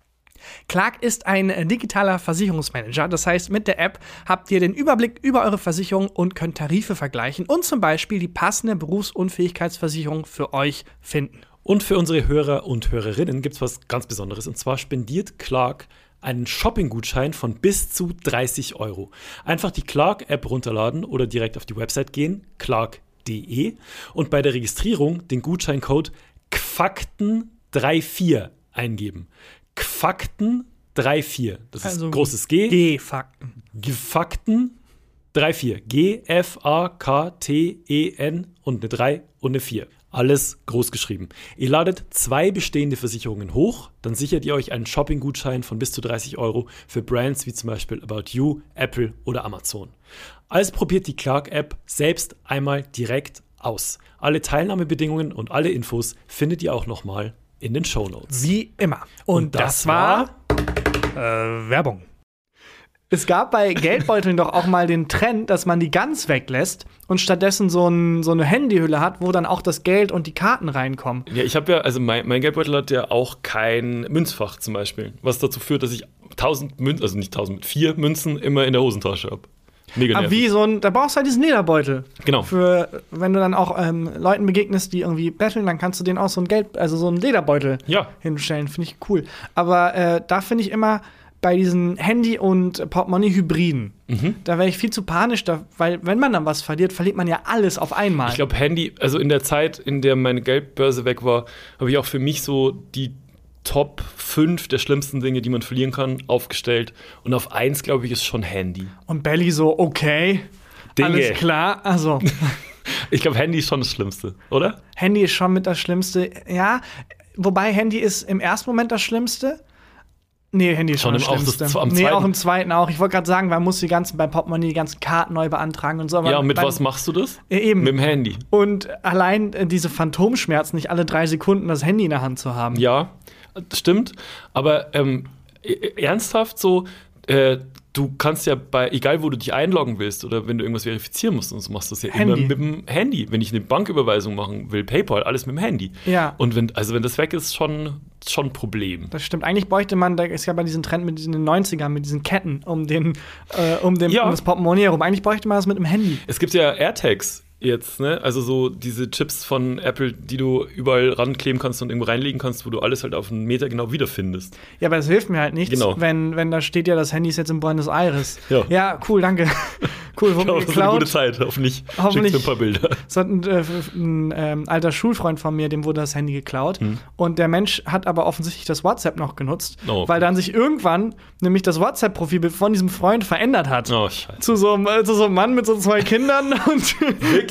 Clark ist ein digitaler Versicherungsmanager. Das heißt, mit der App habt ihr den Überblick über eure Versicherung und könnt Tarife vergleichen und zum Beispiel die passende Berufsunfähigkeitsversicherung für euch finden. Und für unsere Hörer und Hörerinnen gibt es was ganz Besonderes. Und zwar spendiert Clark einen Shopping-Gutschein von bis zu dreißig Euro. Einfach die Clark-App runterladen oder direkt auf die Website gehen, clark punkt de, und bei der Registrierung den Gutscheincode G F A C T E N vierunddreißig eingeben. G F A C T E N vierunddreißig. Das ist also großes G. G-Fakten. G-Fakten vierunddreißig. G F A K T E N und eine drei und eine vier. Alles groß geschrieben. Ihr ladet zwei bestehende Versicherungen hoch, dann sichert ihr euch einen Shopping-Gutschein von bis zu dreißig Euro für Brands wie zum Beispiel About You, Apple oder Amazon. Also probiert die Clark-App selbst einmal direkt aus. Alle Teilnahmebedingungen und alle Infos findet ihr auch nochmal in den Shownotes. Wie immer. Und, und das, das war äh, Werbung. Es gab bei Geldbeuteln doch auch mal den Trend, dass man die ganz weglässt und stattdessen so, ein, so eine Handyhülle hat, wo dann auch das Geld und die Karten reinkommen. Ja, ich habe ja, also mein, mein Geldbeutel hat ja auch kein Münzfach zum Beispiel, was dazu führt, dass ich tausend Münzen, also nicht tausend, vier Münzen immer in der Hosentasche habe. Mega nervig. Aber wie so ein, da brauchst du halt diesen Lederbeutel. Genau. Für, wenn du dann auch ähm, Leuten begegnest, die irgendwie betteln, dann kannst du denen auch so ein Geld, also so einen Lederbeutel ja. hinstellen. Finde ich cool. Aber äh, da finde ich immer bei diesen Handy- und Portemonnaie-Hybriden, mhm. da wäre ich viel zu panisch, da, weil wenn man dann was verliert, verliert man ja alles auf einmal. Ich glaube, Handy, also in der Zeit, in der meine Geldbörse weg war, habe ich auch für mich so die Top fünf der schlimmsten Dinge, die man verlieren kann, aufgestellt. Und auf eins, glaube ich, ist schon Handy. Und Belly so, okay, Dinge. Alles klar, also. Ich glaube, Handy ist schon das Schlimmste, oder? Handy ist schon mit das Schlimmste, ja. Wobei Handy ist im ersten Moment das Schlimmste. Nee, Handy ist schon, schon das Schlimmste. Auch das, nee, auch im zweiten auch. Ich wollte gerade sagen, man muss die ganzen, beim Portemonnaie die ganzen Karten neu beantragen und so. Aber ja, und mit beim, was machst du das? Ja, eben. Mit dem Handy. Und allein äh, diese Phantomschmerzen, nicht alle drei Sekunden das Handy in der Hand zu haben. Ja, das stimmt. Aber ähm, ernsthaft so, äh, du kannst ja bei, egal wo du dich einloggen willst oder wenn du irgendwas verifizieren musst, und so machst du das ja Handy. immer mit dem Handy. Wenn ich eine Banküberweisung machen will, PayPal, alles mit dem Handy. Ja. Und wenn, also wenn das weg ist, schon, schon ein Problem. Das stimmt. Eigentlich bräuchte man, da ist ja bei diesem Trend mit diesen neunzigern, mit diesen Ketten um, den, äh, um, den, ja. um das Portemonnaie herum. Eigentlich bräuchte man das mit dem Handy. Es gibt ja AirTags jetzt, ne? Also so diese Chips von Apple, die du überall rankleben kannst und irgendwo reinlegen kannst, wo du alles halt auf einen Meter genau wiederfindest. Ja, aber das hilft mir halt nichts, genau. wenn, wenn da steht ja, das Handy ist jetzt in Buenos Aires. Ja, ja cool, danke. Cool, ich glaube, das ist eine gute Zeit. Hoffentlich schickst du ein paar Bilder. So hat ein, äh, ein ähm, alter Schulfreund von mir, dem wurde das Handy geklaut. Hm. Und der Mensch hat aber offensichtlich das WhatsApp noch genutzt, oh. weil dann sich irgendwann nämlich das WhatsApp-Profil von diesem Freund verändert hat. Oh, scheiße. Zu so, äh, zu so einem Mann mit so zwei Kindern. Und wirklich?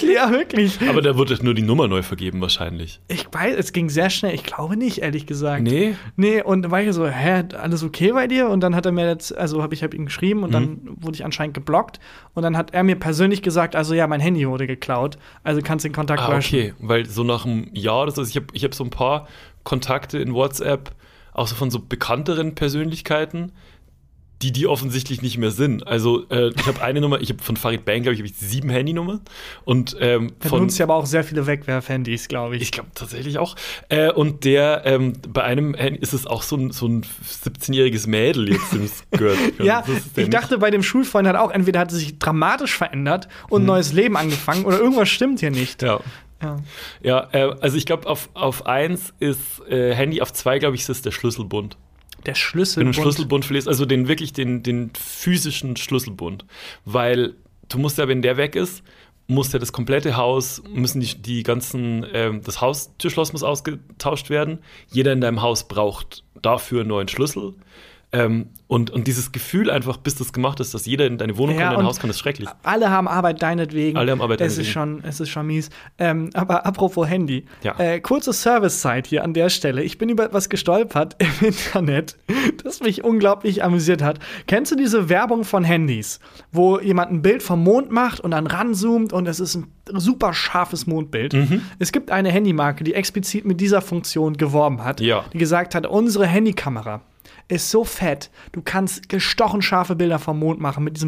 Wirklich? Ja, wirklich. Aber da wurde nur die Nummer neu vergeben wahrscheinlich. Ich weiß, es ging sehr schnell. Ich glaube nicht, ehrlich gesagt. Nee? Nee, und dann war ich so, hä, alles okay bei dir? Und dann hat er mir jetzt, also habe ich hab ihm geschrieben und mhm. dann wurde ich anscheinend geblockt. Und dann hat er mir persönlich gesagt, also ja, mein Handy wurde geklaut. Also kannst den Kontakt ah, löschen. Okay, weil so nach einem Jahr oder so, ich habe ich hab so ein paar Kontakte in WhatsApp, auch so von so bekannteren Persönlichkeiten, die die offensichtlich nicht mehr sind. Also äh, ich habe eine Nummer, ich habe von Farid Bang, glaube ich, habe ich sieben Handynummern. Und ähm, der benutzt ja aber auch sehr viele Wegwerf-Handys, glaube ich. Ich glaube tatsächlich auch. Äh, und der, ähm, bei einem Handy ist es auch so ein, so ein siebzehnjähriges Mädel jetzt, dem es gehört. Ja, ich dachte, bei dem Schulfreund hat auch, entweder hat es sich dramatisch verändert und ein hm. neues Leben angefangen oder irgendwas stimmt hier nicht. Ja. Ja, ja äh, also ich glaube, auf, auf eins ist äh, Handy, auf zwei, glaube ich, ist es der Schlüsselbund. Der Schlüsselbund. Wenn du einen Schlüsselbund verlierst, also den wirklich den, den physischen Schlüsselbund. Weil du musst ja, wenn der weg ist, muss ja das komplette Haus, müssen die, die ganzen, ähm, das Haustürschloss muss ausgetauscht werden. Jeder in deinem Haus braucht dafür einen neuen Schlüssel. Ähm, und, und dieses Gefühl einfach, bis das gemacht ist, dass jeder in deine Wohnung ja, kann, in dein Haus kann, ist schrecklich. Alle haben Arbeit deinetwegen. Alle haben Arbeit es deinetwegen. Ist schon, es ist schon mies. Ähm, aber apropos Handy. Ja. Äh, kurze Service-Side hier an der Stelle. Ich bin über etwas gestolpert im Internet, das mich unglaublich amüsiert hat. Kennst du diese Werbung von Handys, wo jemand ein Bild vom Mond macht und dann ranzoomt und es ist ein super scharfes Mondbild? Mhm. Es gibt eine Handymarke, die explizit mit dieser Funktion geworben hat, ja. die gesagt hat, unsere Handykamera ist so fett, du kannst gestochen scharfe Bilder vom Mond machen mit diesem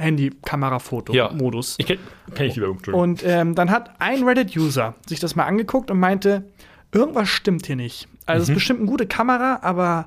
Mond-Handy-Kamerafoto-Modus. Ja. Ich kenn, kenn ich lieber. Und ähm, dann hat ein Reddit-User sich das mal angeguckt und meinte, irgendwas stimmt hier nicht. Also es mhm. ist bestimmt eine gute Kamera, aber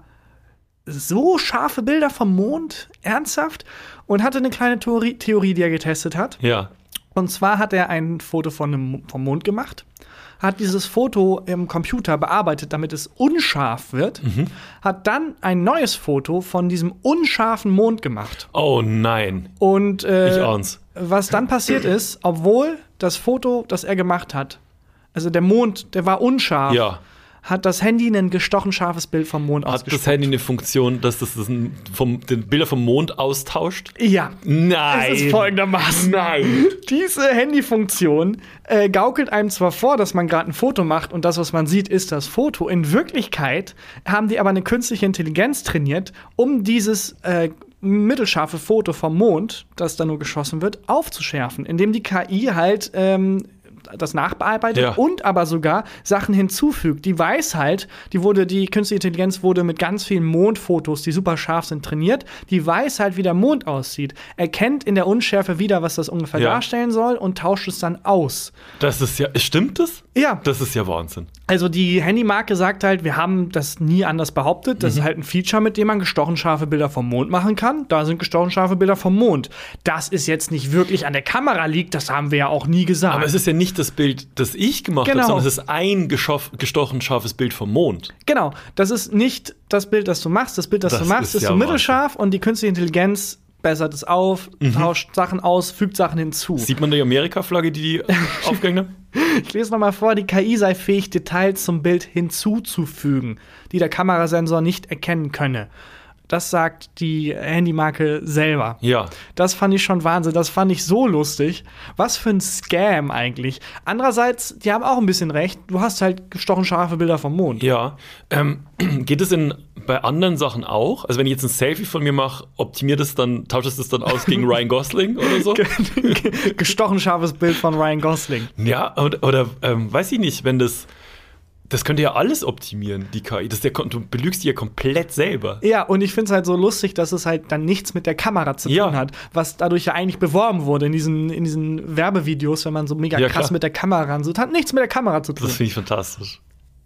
so scharfe Bilder vom Mond? Ernsthaft? Und hatte eine kleine Theorie, Theorie, die er getestet hat. Ja. Und zwar hat er ein Foto von einem, vom Mond gemacht, hat dieses Foto im Computer bearbeitet, damit es unscharf wird, mhm. hat dann ein neues Foto von diesem unscharfen Mond gemacht. Oh nein. Und äh, ich ahn's. Was dann passiert ist, obwohl das Foto, das er gemacht hat, also der Mond, der war unscharf, ja. hat das Handy ein gestochen scharfes Bild vom Mond ausgespuckt. Hat das Handy eine Funktion, dass das, das vom, den Bilder vom Mond austauscht? Ja. Nein. Es ist folgendermaßen. Nein. Diese Handyfunktion äh, gaukelt einem zwar vor, dass man gerade ein Foto macht und das, was man sieht, ist das Foto. In Wirklichkeit haben die aber eine künstliche Intelligenz trainiert, um dieses äh, mittelscharfe Foto vom Mond, das da nur geschossen wird, aufzuschärfen, indem die K I halt ähm, das nachbearbeitet ja. und aber sogar Sachen hinzufügt. Die weiß halt, die wurde, die künstliche Intelligenz wurde mit ganz vielen Mondfotos, die super scharf sind, trainiert. Die weiß halt, wie der Mond aussieht, erkennt in der Unschärfe wieder, was das ungefähr ja. darstellen soll und tauscht es dann aus. Das ist ja, stimmt das? Ja. Das ist ja Wahnsinn. Also die Handymarke sagt halt, wir haben das nie anders behauptet. Das mhm. ist halt ein Feature, mit dem man gestochen scharfe Bilder vom Mond machen kann. Da sind gestochen scharfe Bilder vom Mond. Das ist jetzt nicht wirklich an der Kamera liegt, das haben wir ja auch nie gesagt. Aber es ist ja nicht das Bild, das ich gemacht genau. habe, sondern es ist ein gestochen scharfes Bild vom Mond. Genau, das ist nicht das Bild, das du machst. Das Bild, das, das du machst, ist, ist ja so mittelscharf Wahnsinn. Und die künstliche Intelligenz bessert es auf, mhm. tauscht Sachen aus, fügt Sachen hinzu. Sieht man die Amerika-Flagge, die die aufgehängt haben? Ich lese noch mal vor, die K I sei fähig, Details zum Bild hinzuzufügen, die der Kamerasensor nicht erkennen könne. Das sagt die Handymarke selber. Ja. Das fand ich schon Wahnsinn. Das fand ich so lustig. Was für ein Scam eigentlich. Andererseits, die haben auch ein bisschen recht. Du hast halt gestochen scharfe Bilder vom Mond. Ja. Ähm, geht es in, bei anderen Sachen auch? Also wenn ich jetzt ein Selfie von mir mache, optimiert es dann, tauscht es das dann aus gegen Ryan Gosling oder so? Gestochen scharfes Bild von Ryan Gosling. Ja, oder, oder ähm, weiß ich nicht, wenn das Das könnte ja alles optimieren, die K I. Das ist ja, du belügst die ja komplett selber. Ja, und ich finde es halt so lustig, dass es halt dann nichts mit der Kamera zu tun ja. hat, was dadurch ja eigentlich beworben wurde in diesen, in diesen Werbevideos, wenn man so mega ja, krass klar. mit der Kamera ran. So, das hat nichts mit der Kamera zu tun. Das finde ich fantastisch.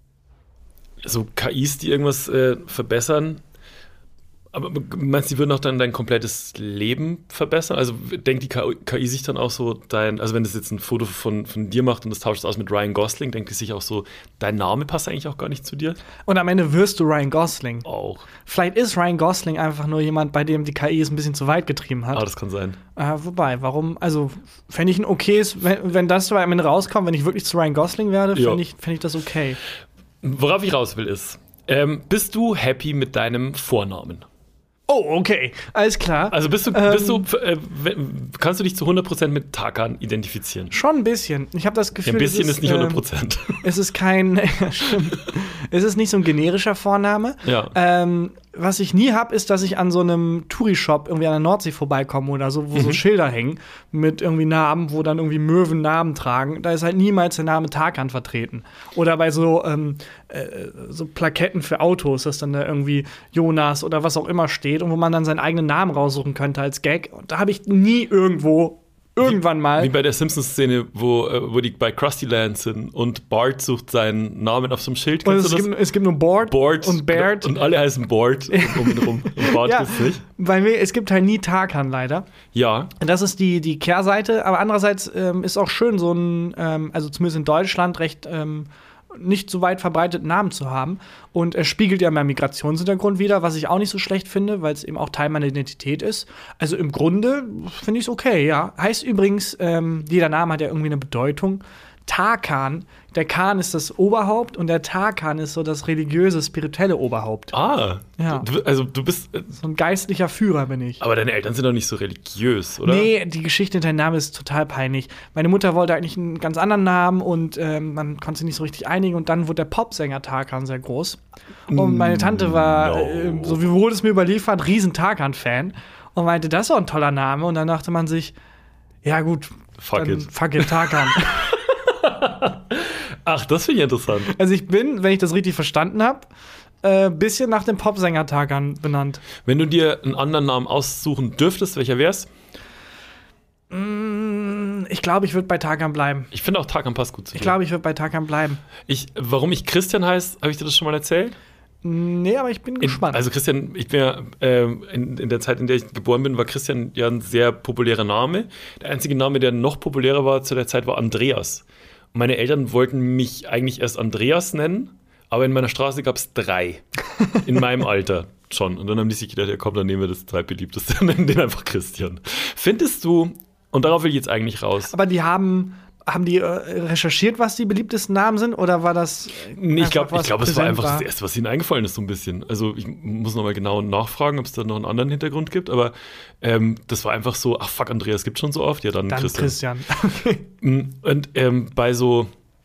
So K Is, die irgendwas äh, verbessern. Aber meinst du, die würden auch dann dein komplettes Leben verbessern? Also denkt die K I sich dann auch so, dein, also wenn das jetzt ein Foto von, von dir macht und das tauscht aus mit Ryan Gosling, denkt die sich auch so, dein Name passt eigentlich auch gar nicht zu dir? Und am Ende wirst du Ryan Gosling. Auch. Vielleicht ist Ryan Gosling einfach nur jemand, bei dem die K I es ein bisschen zu weit getrieben hat. Ah, das kann sein. Äh, wobei, warum, also fände ich ein okayes, wenn, wenn das am Ende rauskommt, wenn ich wirklich zu Ryan Gosling werde, ja. fände ich, fänd ich das okay. Worauf ich raus will ist, ähm, bist du happy mit deinem Vornamen? Oh, okay, alles klar. Also bist du, ähm, bist du äh, kannst du dich zu hundert Prozent mit Tarkan identifizieren? Schon ein bisschen. Ich habe das Gefühl, ja, ein bisschen ist, ist nicht hundert Prozent. Ähm, es ist kein, stimmt. Es ist nicht so ein generischer Vorname. Ja. Ähm, was ich nie habe, ist, dass ich an so einem Touri-Shop irgendwie an der Nordsee vorbeikomme oder so, wo mhm. so Schilder hängen mit irgendwie Namen, wo dann irgendwie Möwen Namen tragen. Da ist halt niemals der Name Tarkan vertreten. Oder bei so, ähm, äh, so Plaketten für Autos, dass dann da irgendwie Jonas oder was auch immer steht und wo man dann seinen eigenen Namen raussuchen könnte als Gag. Und da habe ich nie irgendwo Irgendwann wie, mal. Wie bei der Simpsons-Szene, wo, äh, wo die bei Krusty Land sind und Bart sucht seinen Namen auf so einem Schild. Und es, gibt, es gibt nur Bart, Bart und Bert. Und alle heißen Bart um ihn rum. Und Bart ja, gibt's nicht. Bei mir, es gibt halt nie Tarkan leider. Ja. Das ist die, die Kehrseite. Aber andererseits ähm, ist auch schön, so ein, ähm, also zumindest in Deutschland, recht ähm, nicht so weit verbreiteten Namen zu haben. Und er spiegelt ja meinen Migrationshintergrund wieder, was ich auch nicht so schlecht finde, weil es eben auch Teil meiner Identität ist. Also im Grunde finde ich es okay, ja. Heißt übrigens, ähm, jeder Name hat ja irgendwie eine Bedeutung. Tarkan, der Khan ist das Oberhaupt und der Tarkan ist so das religiöse, spirituelle Oberhaupt. Ah, ja. Du, also du bist äh, so ein geistlicher Führer bin ich. Aber deine Eltern sind doch nicht so religiös, oder? Nee, die Geschichte hinter dem Namen ist total peinlich. Meine Mutter wollte eigentlich einen ganz anderen Namen und ähm, man konnte sich nicht so richtig einigen und dann wurde der Popsänger Tarkan sehr groß. Und meine Tante war, no. äh, so wie wurde es mir überliefert, riesen Tarkan-Fan und meinte, das ist doch ein toller Name und dann dachte man sich, ja gut, fuck dann, it. Fuck it, Tarkan. Ach, das finde ich interessant. Also ich bin, wenn ich das richtig verstanden habe, ein äh, bisschen nach dem Popsänger Tarkan benannt. Wenn du dir einen anderen Namen aussuchen dürftest, welcher wär's? Mm, ich glaube, ich würde bei Tarkan bleiben. Ich finde auch Tarkan passt gut zu dir. Ich glaube, ich würde bei Tarkan bleiben. Ich, warum ich Christian heiße, habe ich dir das schon mal erzählt? Nee, aber ich bin in, gespannt. Also Christian, ich bin ja, äh, in, in der Zeit, in der ich geboren bin, war Christian ja ein sehr populärer Name. Der einzige Name, der noch populärer war zu der Zeit, war Andreas. Und meine Eltern wollten mich eigentlich erst Andreas nennen, aber in meiner Straße gab es drei. In meinem Alter schon. Und dann haben die sich gedacht, ja komm, dann nehmen wir das zweitbeliebteste und nennen den einfach Christian. Findest du, und darauf will ich jetzt eigentlich raus. Aber die haben, haben die äh, recherchiert, was die beliebtesten Namen sind? Oder war das Nee, ich glaube, glaub, es war einfach war? das Erste, was ihnen eingefallen ist, so ein bisschen. Also ich muss noch mal genau nachfragen, ob es da noch einen anderen Hintergrund gibt. Aber ähm, das war einfach so, ach fuck, Andreas gibt schon so oft. Ja, dann, dann Christian. Christian. Und ähm, bei so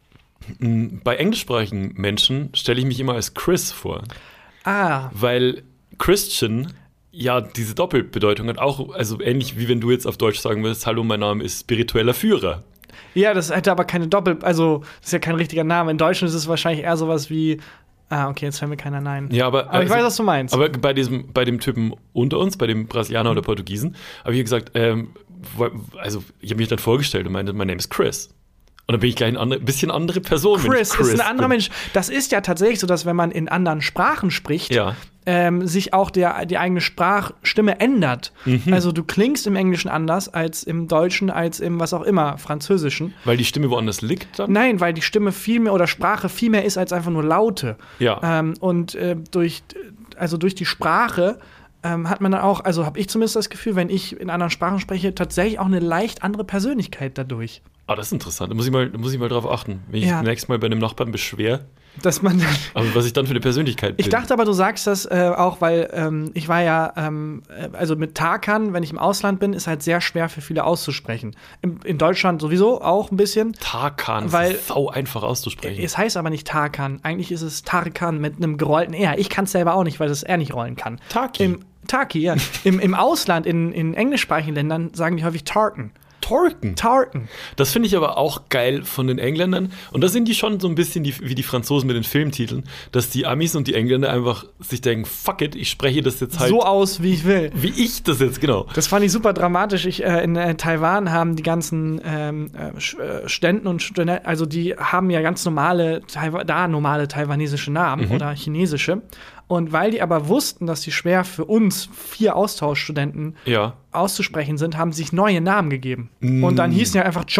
bei englischsprachigen Menschen stelle ich mich immer als Chris vor. Ah. Weil Christian ja diese Doppelbedeutung hat, auch, also ähnlich wie wenn du jetzt auf Deutsch sagen würdest, hallo, mein Name ist spiritueller Führer. Ja, das hätte aber keine Doppel, also das ist ja kein richtiger Name. In Deutschland ist es wahrscheinlich eher sowas wie, ah, okay, jetzt fällt mir keiner ein. Ja, aber, aber ich also, weiß, was du meinst. Aber bei diesem, bei dem Typen unter uns, bei dem Brasilianer oder Portugiesen, habe ich gesagt, ähm, also ich habe mich dann vorgestellt und meinte, mein Name ist Chris. Und dann bin ich gleich ein andere, bisschen andere Person. Chris, Chris ist ein anderer bin. Mensch. Das ist ja tatsächlich so, dass wenn man in anderen Sprachen spricht, ja. ähm, sich auch der, die eigene Sprachstimme ändert. Mhm. Also du klingst im Englischen anders als im Deutschen, als im was auch immer, Französischen. Weil die Stimme woanders liegt dann? Nein, weil die Stimme viel mehr oder Sprache viel mehr ist als einfach nur Laute. Ja. Ähm, und äh, durch, also durch die Sprache ähm, hat man dann auch, also habe ich zumindest das Gefühl, wenn ich in anderen Sprachen spreche, tatsächlich auch eine leicht andere Persönlichkeit dadurch. Ah, das ist interessant. Da muss ich mal, da muss ich mal drauf achten, wenn ich ja. das nächste Mal bei einem Nachbarn beschwere. Dass man aber was ich dann für eine Persönlichkeit bin. Ich dachte aber, du sagst das äh, auch, weil ähm, ich war ja, ähm, also mit Tarkan, wenn ich im Ausland bin, ist halt sehr schwer für viele auszusprechen. Im, in Deutschland sowieso auch ein bisschen. Tarkan, weil, das ist sau einfach auszusprechen. Es heißt aber nicht Tarkan. Eigentlich ist es Tarkan mit einem gerollten R. Ich kann es selber auch nicht, weil das R nicht rollen kann. Taki. Im, Taki, ja. Im, Im Ausland, in, in englischsprachigen Ländern, sagen die häufig Tartan. Tartan. Tartan. Das finde ich aber auch geil von den Engländern. Und da sind die schon so ein bisschen die, wie die Franzosen mit den Filmtiteln, dass die Amis und die Engländer einfach sich denken, fuck it, ich spreche das jetzt halt so aus, wie ich will. Wie ich das jetzt, genau. Das fand ich super dramatisch. Ich, äh, in äh, Taiwan haben die ganzen ähm, äh, Studenten und Studenten, also die haben ja ganz normale, da normale taiwanesische Namen mhm. oder chinesische. Und weil die aber wussten, dass die schwer für uns vier Austauschstudenten ja. auszusprechen sind, haben sich neue Namen gegeben. Mm. Und dann hießen ja einfach John.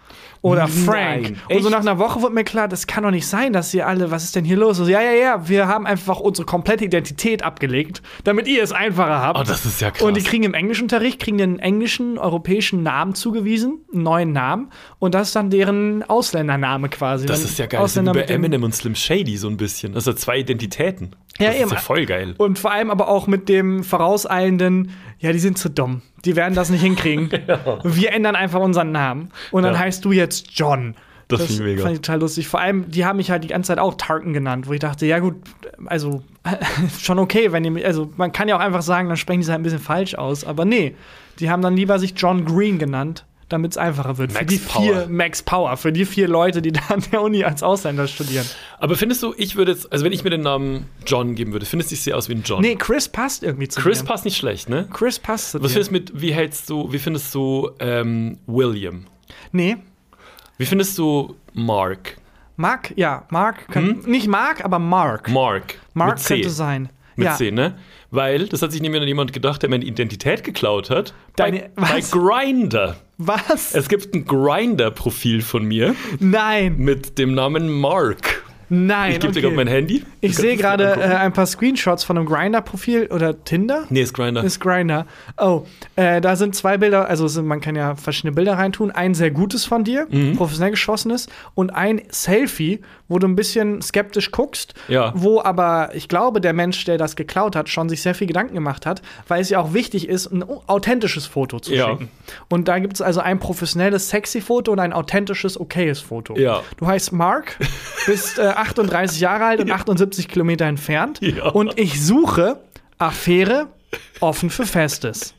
Oder Nein, Frank. echt? Und so nach einer Woche wurde mir klar, das kann doch nicht sein, dass ihr alle, was ist denn hier los? So, ja, ja, ja, wir haben einfach unsere komplette Identität abgelegt, damit ihr es einfacher habt. Oh, das ist ja krass. Und die kriegen im Englischunterricht, kriegen den englischen, europäischen Namen zugewiesen, einen neuen Namen. Und das ist dann deren Ausländername quasi. Das Wenn ist ja geil. Ausländer Das ist wie bei mit dem- Eminem und Slim Shady so ein bisschen. Das sind zwei Identitäten. Ja, das eben. ist ja voll geil. Und vor allem aber auch mit dem vorauseilenden, ja, die sind zu dumm. Die werden das nicht hinkriegen. Ja. Wir ändern einfach unseren Namen. Und dann Ja. heißt du jetzt John. Das finde ich mega. fand ich total lustig. Vor allem, die haben mich halt die ganze Zeit auch Tarkin genannt, wo ich dachte, ja gut, also schon okay, wenn die, also man kann ja auch einfach sagen, dann sprechen die es halt ein bisschen falsch aus. Aber nee, die haben dann lieber sich John Green genannt, damit es einfacher wird. Max für die Power. vier Max Power, für die vier Leute, die da an der Uni als Ausländer studieren. Aber findest du, ich würde jetzt, also wenn ich mir den Namen John geben würde, findest du, ich sehe aus wie ein John? Nee, Chris passt irgendwie zu Chris dir. passt nicht schlecht, ne? Chris passt zu Was dir. findest du mit, wie hältst du, wie findest du ähm, William? Nee, Wie findest du Mark? Mark, ja, Mark, kann, nicht Mark, aber Mark. Mark. Mark mit C. könnte sein. Mit ja. C, ne? Weil, das hat sich nämlich jemand gedacht, der meine Identität geklaut hat. Deine- bei, bei was? Grindr. Was? Es gibt ein Grindr-Profil von mir Nein, mit dem Namen Mark. nein. Ich gebe dir okay. gerade mein Handy. Ich Du sehe kannst es dir gerade angucken. äh, ein paar Screenshots von einem Grindr-Profil oder Tinder. Nee, ist Grindr. Ist Grindr. Oh, äh, da sind zwei Bilder, also es sind, man kann ja verschiedene Bilder reintun. Ein sehr gutes von dir, Mhm. professionell geschossenes, und ein Selfie, wo du ein bisschen skeptisch guckst, Ja. wo aber, ich glaube, der Mensch, der das geklaut hat, schon sich sehr viel Gedanken gemacht hat, weil es ja auch wichtig ist, ein authentisches Foto zu Ja. schicken. Und da gibt es also ein professionelles, sexy Foto und ein authentisches, okayes Foto. Ja. Du heißt Mark, bist äh, achtunddreißig Jahre alt und achtundsiebzig Kilometer entfernt. Ja. Und ich suche Affäre offen für Festes.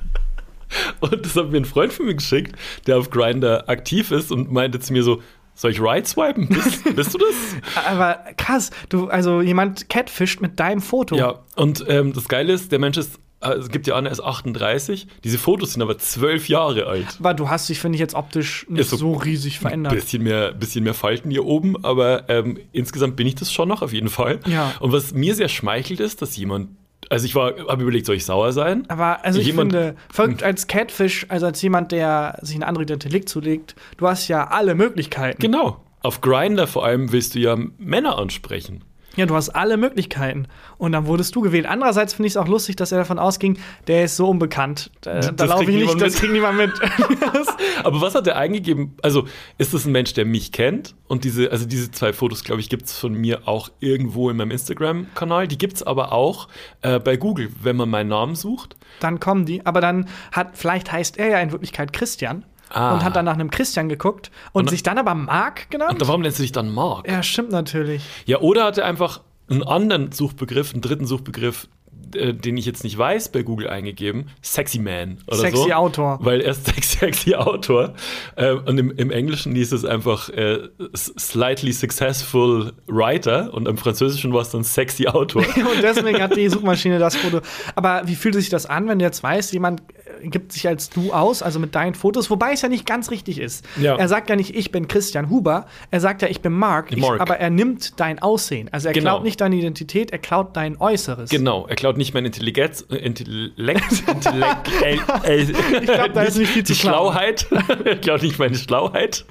Und das hat mir ein Freund von mir geschickt, der auf Grindr aktiv ist und meinte zu mir so, soll ich right swipen? Bist, bist du das? Aber krass, du, also jemand catfisht mit deinem Foto. Ja, und ähm, das Geile ist, der Mensch ist, äh, es gibt ja an, er ist achtunddreißig. Diese Fotos sind aber zwölf Jahre alt. Aber du hast dich, finde ich, jetzt optisch nicht Ist so so riesig verändert. Bisschen mehr, bisschen mehr Falten hier oben, aber ähm, insgesamt bin ich das schon noch auf jeden Fall. Ja. Und was mir sehr schmeichelt ist, dass jemand, also ich war, habe überlegt, soll ich sauer sein? Aber also ich Jemand- finde, verrückt als Catfish, also als jemand, der sich eine andere Identität zulegt, du hast ja alle Möglichkeiten. Genau. Auf Grindr vor allem willst du ja Männer ansprechen. Ja, du hast alle Möglichkeiten. Und dann wurdest du gewählt. Andererseits finde ich es auch lustig, dass er davon ausging, der ist so unbekannt. Da, da Das laufe kriegt ich nicht, niemand das mit. kriegt niemand mit. Aber was hat er eingegeben? Also, ist das ein Mensch, der mich kennt? Und diese, also diese zwei Fotos, glaube ich, gibt es von mir auch irgendwo in meinem Instagram-Kanal. Die gibt es aber auch äh, bei Google, wenn man meinen Namen sucht. Dann kommen die. Aber dann hat, vielleicht heißt er ja in Wirklichkeit Christian. Ah. Und hat dann nach einem Christian geguckt und, Und- sich dann aber Mark genannt. Und warum nennst du dich dann Mark? Ja, stimmt natürlich. Ja, oder hat er einfach einen anderen Suchbegriff, einen dritten Suchbegriff, äh, den ich jetzt nicht weiß, bei Google eingegeben. Sexy Man oder Sexy so. Autor. Weil er ist sexy, sexy Autor. Äh, und im, im Englischen hieß es einfach äh, slightly successful writer und im Französischen war es dann sexy Autor. Und deswegen hat die Suchmaschine das Foto. Aber wie fühlt sich das an, wenn du jetzt weißt, jemand äh, gibt sich als du aus, also mit deinen Fotos, wobei es ja nicht ganz richtig ist. Ja. Er sagt ja nicht, ich bin Christian Huber, er sagt ja, ich bin Mark, ich, Mark. aber er nimmt dein Aussehen. Also er Genau. klaut nicht deine Identität, er klaut dein Äußeres. Genau, er klaut nicht mein Intelligenz, äh, Intellekt, Intellekt, äh, äh, Ich glaube, da ist nicht viel zu die klauen. Schlauheit, er klaut nicht meine Schlauheit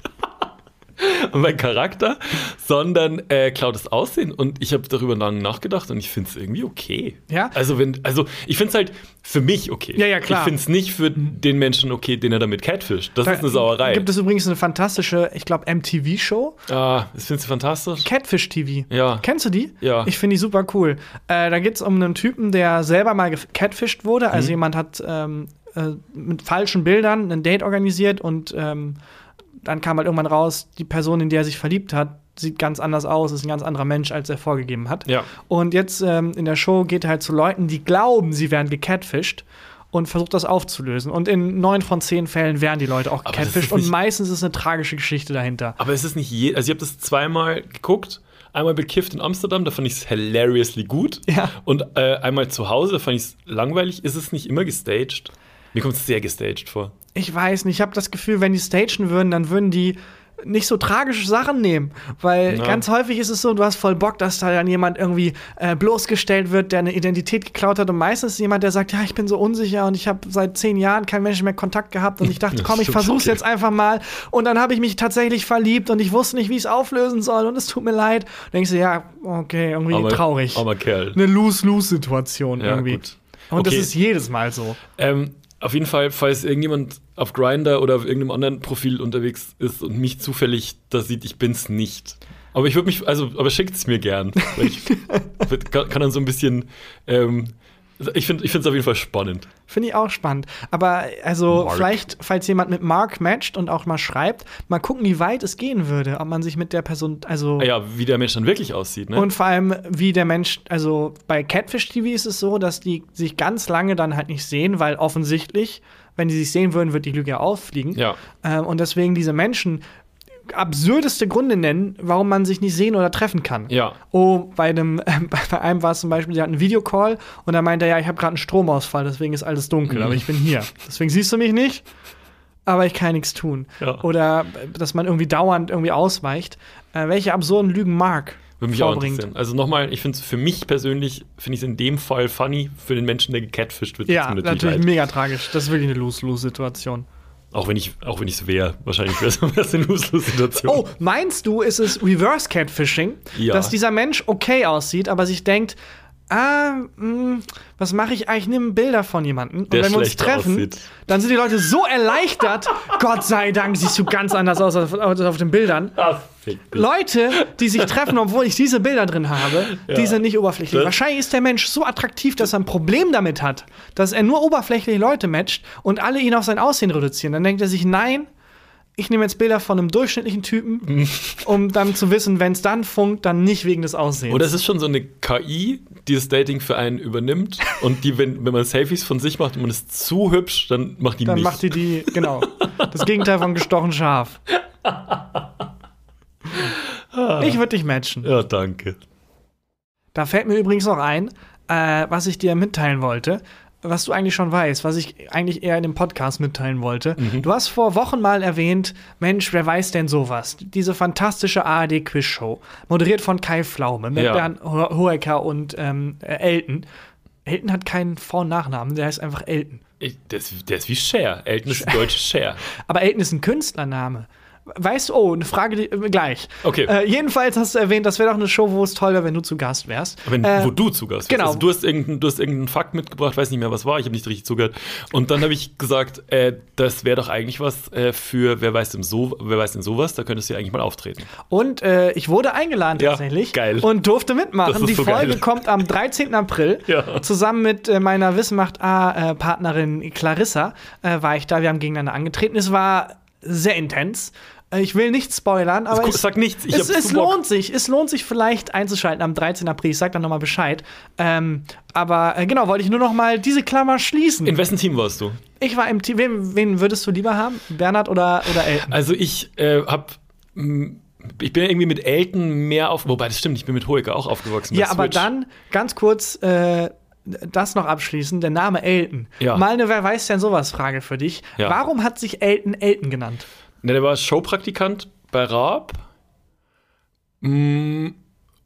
und mein Charakter, sondern er klaut das Aussehen. Und ich habe darüber lang nachgedacht und ich finde es irgendwie okay. Ja? Also, wenn, also ich finde es halt für mich okay. Ja, ja, klar. Ich finde es nicht für den Menschen okay, den er damit catfisht. Das Da ist eine Sauerei. Gibt es übrigens eine fantastische, ich glaube, M T V-Show, Ah, das findest du fantastisch? Catfish T V. Ja. Kennst du die? Ja. Ich finde die super cool. Äh, da geht es um einen Typen, der selber mal gecatfished wurde. Mhm. Also jemand hat ähm, äh, mit falschen Bildern ein Date organisiert und ähm, dann kam halt irgendwann raus, die Person, in die er sich verliebt hat, sieht ganz anders aus, ist ein ganz anderer Mensch, als er vorgegeben hat. Ja. Und jetzt ähm, in der Show geht er halt zu Leuten, die glauben, sie werden gecatfished und versucht das aufzulösen. Und in neun von zehn Fällen werden die Leute auch Aber das gecatfished ist und nicht- meistens ist eine tragische Geschichte dahinter. Aber es ist nicht je, also ich habe das zweimal geguckt. Einmal bekifft in Amsterdam, da fand ich es hilariously gut. Ja. Und äh, einmal zu Hause, da fand ich es langweilig. Ist es nicht immer gestaged? Mir kommt es sehr gestaged vor. Ich weiß nicht, ich habe das Gefühl, wenn die stagen würden, dann würden die nicht so tragische Sachen nehmen. Weil ja. ganz häufig ist es so, du hast voll Bock, dass da dann jemand irgendwie äh, bloßgestellt wird, der eine Identität geklaut hat. Und meistens ist jemand, der sagt, ja, ich bin so unsicher und ich habe seit zehn Jahren kein Mensch mehr Kontakt gehabt. Und ich dachte, komm, ich versuch's jetzt einfach mal. Und dann habe ich mich tatsächlich verliebt und ich wusste nicht, wie ich es auflösen soll. Und es tut mir leid. Und denkst du, ja, okay, irgendwie aber, traurig. Aber Kerl. Eine Lose-Lose-Situation ja, irgendwie. Gut. Und okay. das ist jedes Mal so. Ähm, auf jeden Fall, falls irgendjemand auf Grindr oder auf irgendeinem anderen Profil unterwegs ist und mich zufällig da sieht, ich bin's nicht. Aber ich würde mich, also, aber schickt's mir gern. Weil ich kann, kann dann so ein bisschen, ähm, ich finde ich es auf jeden Fall spannend. Finde ich auch spannend. Aber also Mark. vielleicht, falls jemand mit Mark matcht und auch mal schreibt, mal gucken, wie weit es gehen würde, ob man sich mit der Person, also ja, wie der Mensch dann wirklich aussieht, ne? Und vor allem, wie der Mensch, also bei Catfish-T V ist es so, dass die sich ganz lange dann halt nicht sehen, weil offensichtlich, wenn die sich sehen würden, wird die Lüge ja auffliegen. Ja. Ähm, und deswegen diese Menschen absurdeste Gründe nennen, warum man sich nicht sehen oder treffen kann. Ja. Oh, bei einem, äh, bei einem war es zum Beispiel, die hatten einen Videocall und da meinte er, ja, ich habe gerade einen Stromausfall, deswegen ist alles dunkel, mhm. aber ich bin hier. Deswegen siehst du mich nicht, aber ich kann nichts tun. Ja. Oder dass man irgendwie dauernd irgendwie ausweicht. Äh, welche absurden Lügen Mark Würde mich vorbringt. Auch interessieren. Also nochmal, ich finde es für mich persönlich, finde ich es in dem Fall funny, für den Menschen, der gecatfischt wird. Ja, natürlich, natürlich mega tragisch. Das ist wirklich eine Lose-Lose-Situation. Auch wenn ich auch wenn ich es wäre, wahrscheinlich wäre es eine Lose-Lose-Situation. Oh, meinst du, ist es Reverse Catfishing, ja. dass dieser Mensch okay aussieht, aber sich denkt, ah, mh, was mache ich eigentlich? Ich nehme Bilder von jemandem. Und der wenn wir uns treffen, aussieht. Dann sind die Leute so erleichtert. Gott sei Dank, siehst du ganz anders aus als auf, auf den Bildern. Ach, Leute, die sich treffen, obwohl ich diese Bilder drin habe, ja. die sind nicht oberflächlich. Das Wahrscheinlich ist der Mensch so attraktiv, dass er ein Problem damit hat, dass er nur oberflächliche Leute matcht und alle ihn auf sein Aussehen reduzieren. Dann denkt er sich, nein, ich nehme jetzt Bilder von einem durchschnittlichen Typen, um dann zu wissen, wenn es dann funkt, dann nicht wegen des Aussehens. Oder es ist schon so eine K I, die das Dating für einen übernimmt und die, wenn, wenn man Selfies von sich macht und man ist zu hübsch, dann macht die dann nicht. Dann macht die die, genau. Das Gegenteil von gestochen scharf. Ich würde dich matchen. Ja, danke. Da fällt mir übrigens noch ein, äh, was ich dir mitteilen wollte, was du eigentlich schon weißt, was ich eigentlich eher in dem Podcast mitteilen wollte. Mhm. Du hast vor Wochen mal erwähnt, Mensch, wer weiß denn sowas? Diese fantastische A R D-Quiz-Show, moderiert von Kai Pflaume, mit ja. Bernd Ho- Hoeker und ähm, Elton. Elton hat keinen Vor- und Nachnamen, der heißt einfach Elton. Ich, der, ist, der ist wie Cher. Elton ist ein deutsches Cher. Aber Elton ist ein Künstlername. Weißt du, oh, eine Frage die, äh, gleich. Okay. Äh, jedenfalls hast du erwähnt, das wäre doch eine Show, wo es toll wäre, wenn du zu Gast wärst. Wenn, äh, wo du zu Gast wärst. Genau. Also du hast irgendeinen du hast irgendeinen Fakt mitgebracht, weiß nicht mehr, was war, ich habe nicht richtig zugehört. Und dann habe ich gesagt, äh, das wäre doch eigentlich was äh, für wer weiß denn so, wer weiß denn sowas, da könntest du ja eigentlich mal auftreten. Und äh, ich wurde eingeladen tatsächlich. Ja, geil. Und durfte mitmachen. Die so Folge geil. kommt am dreizehnten April. Ja. Zusammen mit äh, meiner Wissenmacht A-Partnerin Clarissa äh, war ich da. Wir haben gegeneinander angetreten. Es war sehr intens. Ich will nichts spoilern, aber es, sag nichts. Ich es, es lohnt sich. Es lohnt sich vielleicht einzuschalten am dreizehnten April. Ich sag dann noch mal Bescheid. Ähm, aber äh, genau, wollte ich nur noch mal diese Klammer schließen. In wessen Team warst du? Ich war im Team. Wen, wen würdest du lieber haben? Bernhard oder, oder Elton? Also ich äh, hab m- ich bin ja irgendwie mit Elton mehr auf. Wobei, das stimmt, ich bin mit Hoeker auch aufgewachsen. Ja, aber dann ganz kurz äh, das noch abschließen. Der Name Elton. Ja. Mal eine Wer weiß denn sowas Frage für dich. Ja. Warum hat sich Elton Elton genannt? Ne, der war Showpraktikant bei Raab. Und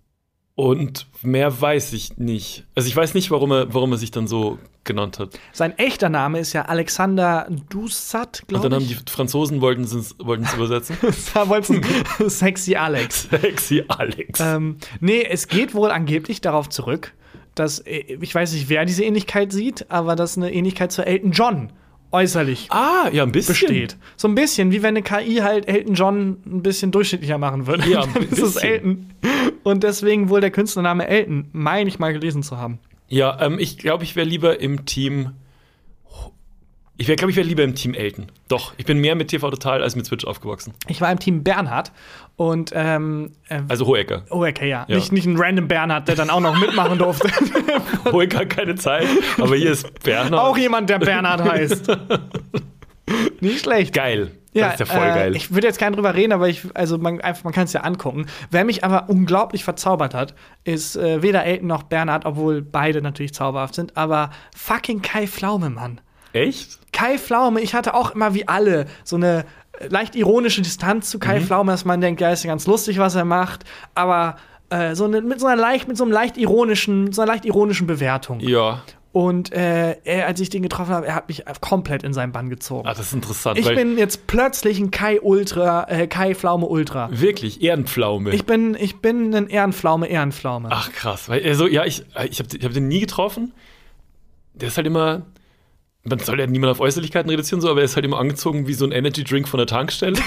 mehr weiß ich nicht. Also ich weiß nicht, warum er, warum er sich dann so genannt hat. Sein echter Name ist ja Alexander Doussat, glaube ich. Und dann haben die Franzosen wollten es wollten es übersetzen. Da wollten sie Sexy Alex. Sexy Alex. Ähm, nee, es geht wohl angeblich darauf zurück, dass, ich weiß nicht, wer diese Ähnlichkeit sieht, aber dass eine Ähnlichkeit zu Elton John äußerlich ah, ja, ein bisschen. besteht. So ein bisschen, wie wenn eine K I halt Elton John ein bisschen durchschnittlicher machen würde. Ja, ein Dann ist es Elton. Und deswegen wohl der Künstlername Elton, meine ich mal gelesen zu haben. Ja, ähm, ich glaube, ich wäre lieber im Team. Ich wäre, glaube ich, wäre lieber im Team Elton. Doch, ich bin mehr mit T V Total als mit Switch aufgewachsen. Ich war im Team Bernhard und ähm, äh, also Hoeker. Hoeker, ja. ja. Nicht, nicht ein random Bernhard, der dann auch noch mitmachen durfte. Hoeker keine Zeit, aber hier ist Bernhard. Auch jemand, der Bernhard heißt. Nicht schlecht. Geil. Ja, das ist ja voll äh, geil. Ich würde jetzt gar nicht drüber reden, aber ich, also man, einfach, man kann es ja angucken. Wer mich aber unglaublich verzaubert hat, ist äh, weder Elton noch Bernhard, obwohl beide natürlich zauberhaft sind, aber fucking Kai Pflaume, Mann. Echt? Kai Pflaume, ich hatte auch immer wie alle so eine leicht ironische Distanz zu Kai mhm. Pflaume, dass man denkt, ja, ist ja ganz lustig, was er macht, aber äh, so eine, mit so einer leicht, mit so einem leicht ironischen, so einer leicht ironischen Bewertung. Ja. Und äh, er, als ich den getroffen habe, er hat mich komplett in seinen Bann gezogen. Ach, das ist interessant. Ich weil bin jetzt plötzlich ein Kai Ultra, äh, Kai Pflaume Ultra. Wirklich? Ehrenpflaume? Ich bin, ich bin ein Ehrenpflaume, Ehrenpflaume. Ach, krass. Weil, also, ja, ich, ich habe ich hab den nie getroffen. Der ist halt immer, man soll ja niemand auf Äußerlichkeiten reduzieren, so, aber er ist halt immer angezogen wie so ein Energy-Drink von der Tankstelle.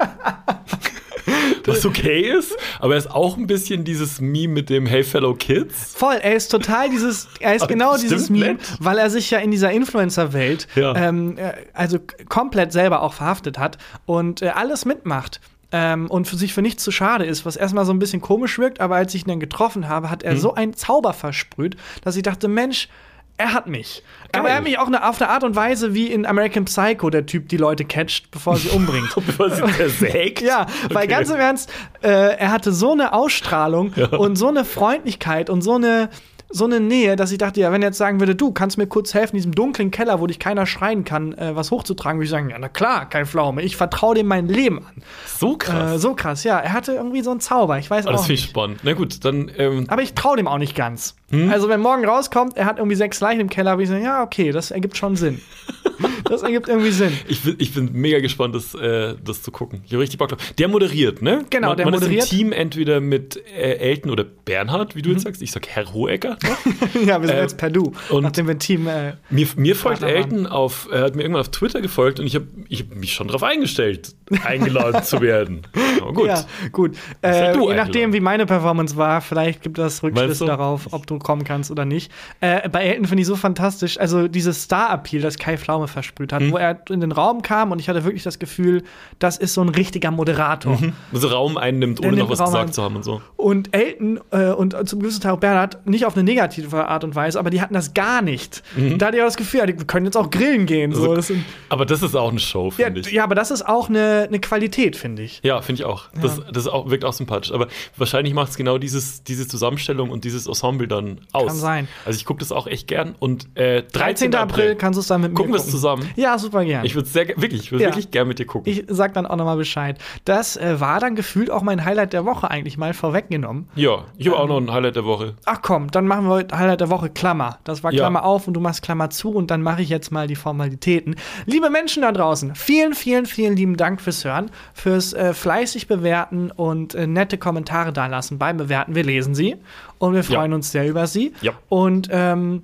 Was okay ist, aber er ist auch ein bisschen dieses Meme mit dem Hey Fellow Kids. Voll, er ist total dieses, er ist genau dieses Meme, nett. Weil er sich ja in dieser Influencer-Welt ja. ähm, also komplett selber auch verhaftet hat und äh, alles mitmacht. Ähm, und für sich für nichts zu schade ist, was erstmal so ein bisschen komisch wirkt, aber als ich ihn dann getroffen habe, hat er hm. so einen Zauber versprüht, dass ich dachte, Mensch, er hat mich. Geil. Aber er hat mich auch eine, auf eine Art und Weise wie in American Psycho, der Typ die Leute catcht, bevor sie umbringt. Bevor sie zersägt? Ja, okay. Weil ganz im Ernst, äh, er hatte so eine Ausstrahlung ja. und so eine Freundlichkeit und so eine so eine Nähe, dass ich dachte, ja, wenn er jetzt sagen würde, du kannst mir kurz helfen, in diesem dunklen Keller, wo dich keiner schreien kann, äh, was hochzutragen, würde ich sagen, ja, na klar, kein Pflaume, ich vertraue dem mein Leben an. So krass. Äh, so krass, ja. Er hatte irgendwie so einen Zauber, ich weiß oh, auch das nicht. Das finde ich spannend. Na gut, dann ähm Aber ich traue dem auch nicht ganz. Hm? Also, wenn morgen rauskommt, er hat irgendwie sechs Leichen im Keller, würde ich sagen, ja, okay, das ergibt schon Sinn. Das ergibt irgendwie Sinn. Ich bin, ich bin mega gespannt, das, äh, das zu gucken. Ich habe richtig Bock drauf. Der moderiert, ne? Genau, man, der man moderiert. Ist im Team entweder mit äh, Elton oder Bernhard, wie du mhm. jetzt sagst. Ich sag Herr Hohecker. Ja, wir sind äh, jetzt per Du, und nachdem wir ein Team äh, Mir, mir folgt Elton auf, er hat mir irgendwann auf Twitter gefolgt und ich habe ich hab mich schon darauf eingestellt, eingeladen zu werden. Aber gut. Ja, gut. Äh, halt je nachdem, wie meine Performance war, vielleicht gibt das Rückschlüsse darauf, ob du kommen kannst oder nicht. Äh, bei Elton finde ich so fantastisch, also dieses Star-Appeal, das Kai Pflaume versprüht hat, mhm. wo er in den Raum kam und ich hatte wirklich das Gefühl, das ist so ein richtiger Moderator. Mhm. Also Raum einnimmt, ohne noch was Raum gesagt ein. zu haben und so. Und Elton äh, und zum gewissen Teil auch Bernhard, nicht auf eine negative Art und Weise, aber die hatten das gar nicht. Mhm. Da hatte ich auch das Gefühl, wir können jetzt auch grillen gehen. Also, so. Das sind, aber das ist auch eine Show, finde ja, ich. Ja, aber das ist auch eine, eine Qualität, finde ich. Ja, finde ich auch. Ja. Das, das ist auch, wirkt auch sympathisch. Aber wahrscheinlich macht es genau dieses, diese Zusammenstellung und dieses Ensemble dann aus. Kann sein. Also ich gucke das auch echt gern. Und äh, dreizehnten dreizehnten April kannst du es dann mit mir gucken. Gucken wir es zusammen? Ja, super gern. Ich würde sehr wirklich, ich würde ja. wirklich gern mit dir gucken. Ich sag dann auch nochmal Bescheid. Das äh, war dann gefühlt auch mein Highlight der Woche eigentlich mal vorweggenommen. Ja, ich habe ähm, auch noch ein Highlight der Woche. Ach komm, dann machen wir heute Highlight der Woche Klammer. Das war Ja. Klammer auf und du machst Klammer zu und dann mache ich jetzt mal die Formalitäten. Liebe Menschen da draußen, vielen, vielen, vielen lieben Dank fürs Hören, fürs äh, fleißig bewerten und äh, nette Kommentare dalassen beim Bewerten. Wir lesen sie und wir freuen Ja. uns sehr über sie. Ja. Und ähm,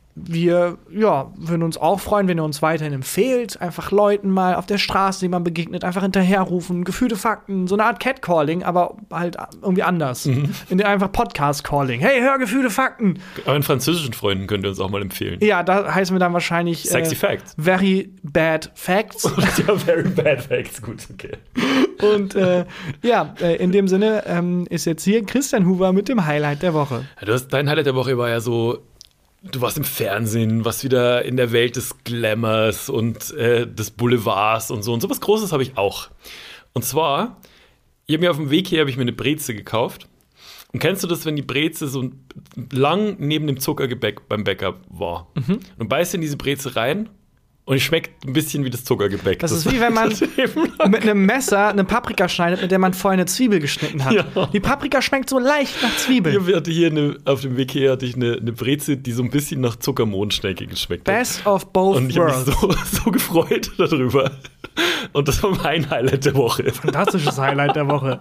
wir ja, würden uns auch freuen, wenn ihr uns weiterhin empfehlt. Einfach Leuten mal auf der Straße, die man begegnet, einfach hinterherrufen. Gefühlte Fakten, so eine Art Catcalling, aber halt irgendwie anders. Mhm. In der einfach Podcast-Calling. Hey, hör Gefühle Fakten. Euren französischen Freunden könnt ihr uns auch mal empfehlen. Ja, da heißen wir dann wahrscheinlich Sexy äh, Facts. Very Bad Facts. Ja, Very Bad Facts, gut, okay. Und äh, ja, äh, in dem Sinne ähm, ist jetzt hier Christian Huber mit dem Highlight der Woche. Ja, du hast, dein Highlight der Woche war ja so, du warst im Fernsehen, warst wieder in der Welt des Glamours und äh, des Boulevards und so. Und so was Großes habe ich auch. Und zwar, ich habe mir auf dem Weg hier habe ich mir eine Breze gekauft. Und kennst du das, wenn die Breze so lang neben dem Zuckergebäck beim Bäcker war? Mhm. Und beißt in diese Breze rein und es schmeckt ein bisschen wie das Zuckergebäck. Das, das ist wie wenn man mit einem Messer eine Paprika schneidet, mit der man vorher eine Zwiebel geschnitten hat. Ja. Die Paprika schmeckt so leicht nach Zwiebel. Ich hatte hier eine, auf dem Weg hier hatte ich eine, eine Breze, die so ein bisschen nach Zuckermohnschnecke geschmeckt hat. Best of both und ich worlds. Und ich habe mich so, so gefreut darüber. Und das war mein Highlight der Woche. Fantastisches Highlight der Woche.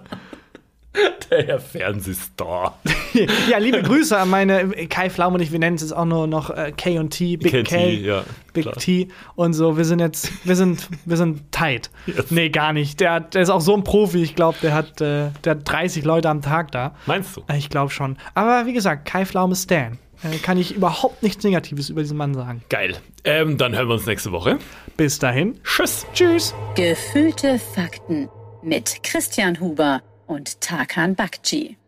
Der Herr Fernsehstar. Ja, liebe Grüße an meine Kai Pflaume und ich, wir nennen es jetzt auch nur noch äh, K und T, Big K, K ja, Big klar. T und so. Wir sind jetzt, wir sind, wir sind tight. Yes. Nee, gar nicht. Der, der ist auch so ein Profi, ich glaube, der hat, äh, der hat dreißig Leute am Tag da. Meinst du? Ich glaube schon. Aber wie gesagt, Kai Pflaume Stan. Äh, kann ich überhaupt nichts Negatives über diesen Mann sagen. Geil. Ähm, dann hören wir uns nächste Woche. Bis dahin. Tschüss. Tschüss. Gefühlte Fakten mit Christian Huber und Tarkan Bakci.